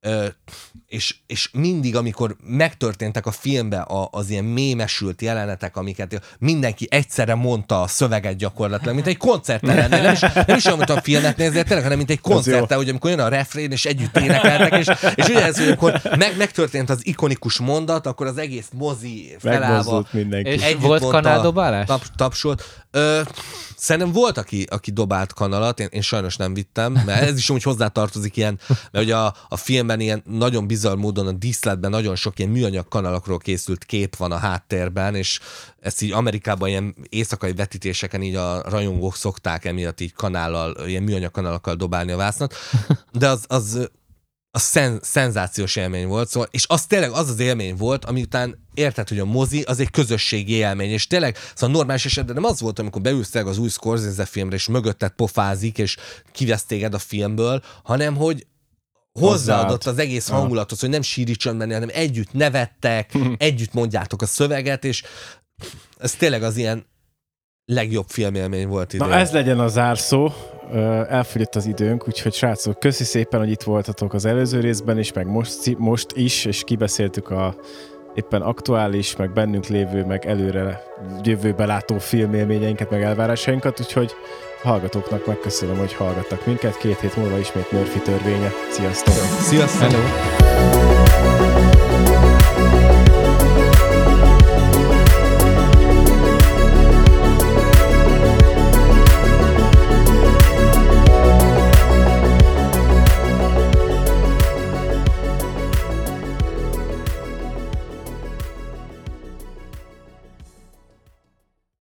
és mindig, amikor megtörténtek a filmben az ilyen mémesült jelenetek, amiket mindenki egyszerre mondta a szöveget gyakorlatilag, mint egy koncerten lennél. Nem is olyan, mint a filmet nézni, tényleg, hanem mint egy koncerten, hogy amikor jön a refrén, és együtt énekeltek, és ugye ez, hogy amikor megtörtént az ikonikus mondat, akkor az egész mozi felállva és volt kanáldobálás? Tapsolt. Szerintem volt, aki dobált kanalat, én sajnos nem vittem, mert ez is úgy hozzátartozik ilyen, mert ugye a filmben ilyen nagyon bizarr módon a díszletben nagyon sok ilyen műanyag kanalakról készült kép van a háttérben, és ezt így Amerikában ilyen éjszakai vetítéseken így a rajongók szokták emiatt így kanállal, ilyen műanyag kanalakkal dobálni a vásznat, de az szenzációs élmény volt, szóval, és az tényleg az élmény volt, ami után érted, hogy a mozi az egy közösségi élmény, és tényleg, szóval normális esetben nem az volt, amikor beülsz az új Scorsese filmre, és mögötted pofázik, és kivesz téged a filmből, hanem hogy hozzáadott az egész hangulathoz, hogy nem síri csöndben, hanem együtt nevettek, együtt mondjátok a szöveget, és ez tényleg az ilyen legjobb filmélmény volt idén. Na ez legyen a zárszó. Elfogyott az időnk, úgyhogy srácok, köszi szépen, hogy itt voltatok az előző részben is, meg most is, és kibeszéltük a éppen aktuális, meg bennünk lévő, meg előre jövőbe látó filmélményeinket, meg elvárásainkat, úgyhogy hallgatóknak megköszönöm, hogy hallgattak minket. 2 hét múlva ismét Murphy törvénye. Sziasztok! Sziasztok! Hello.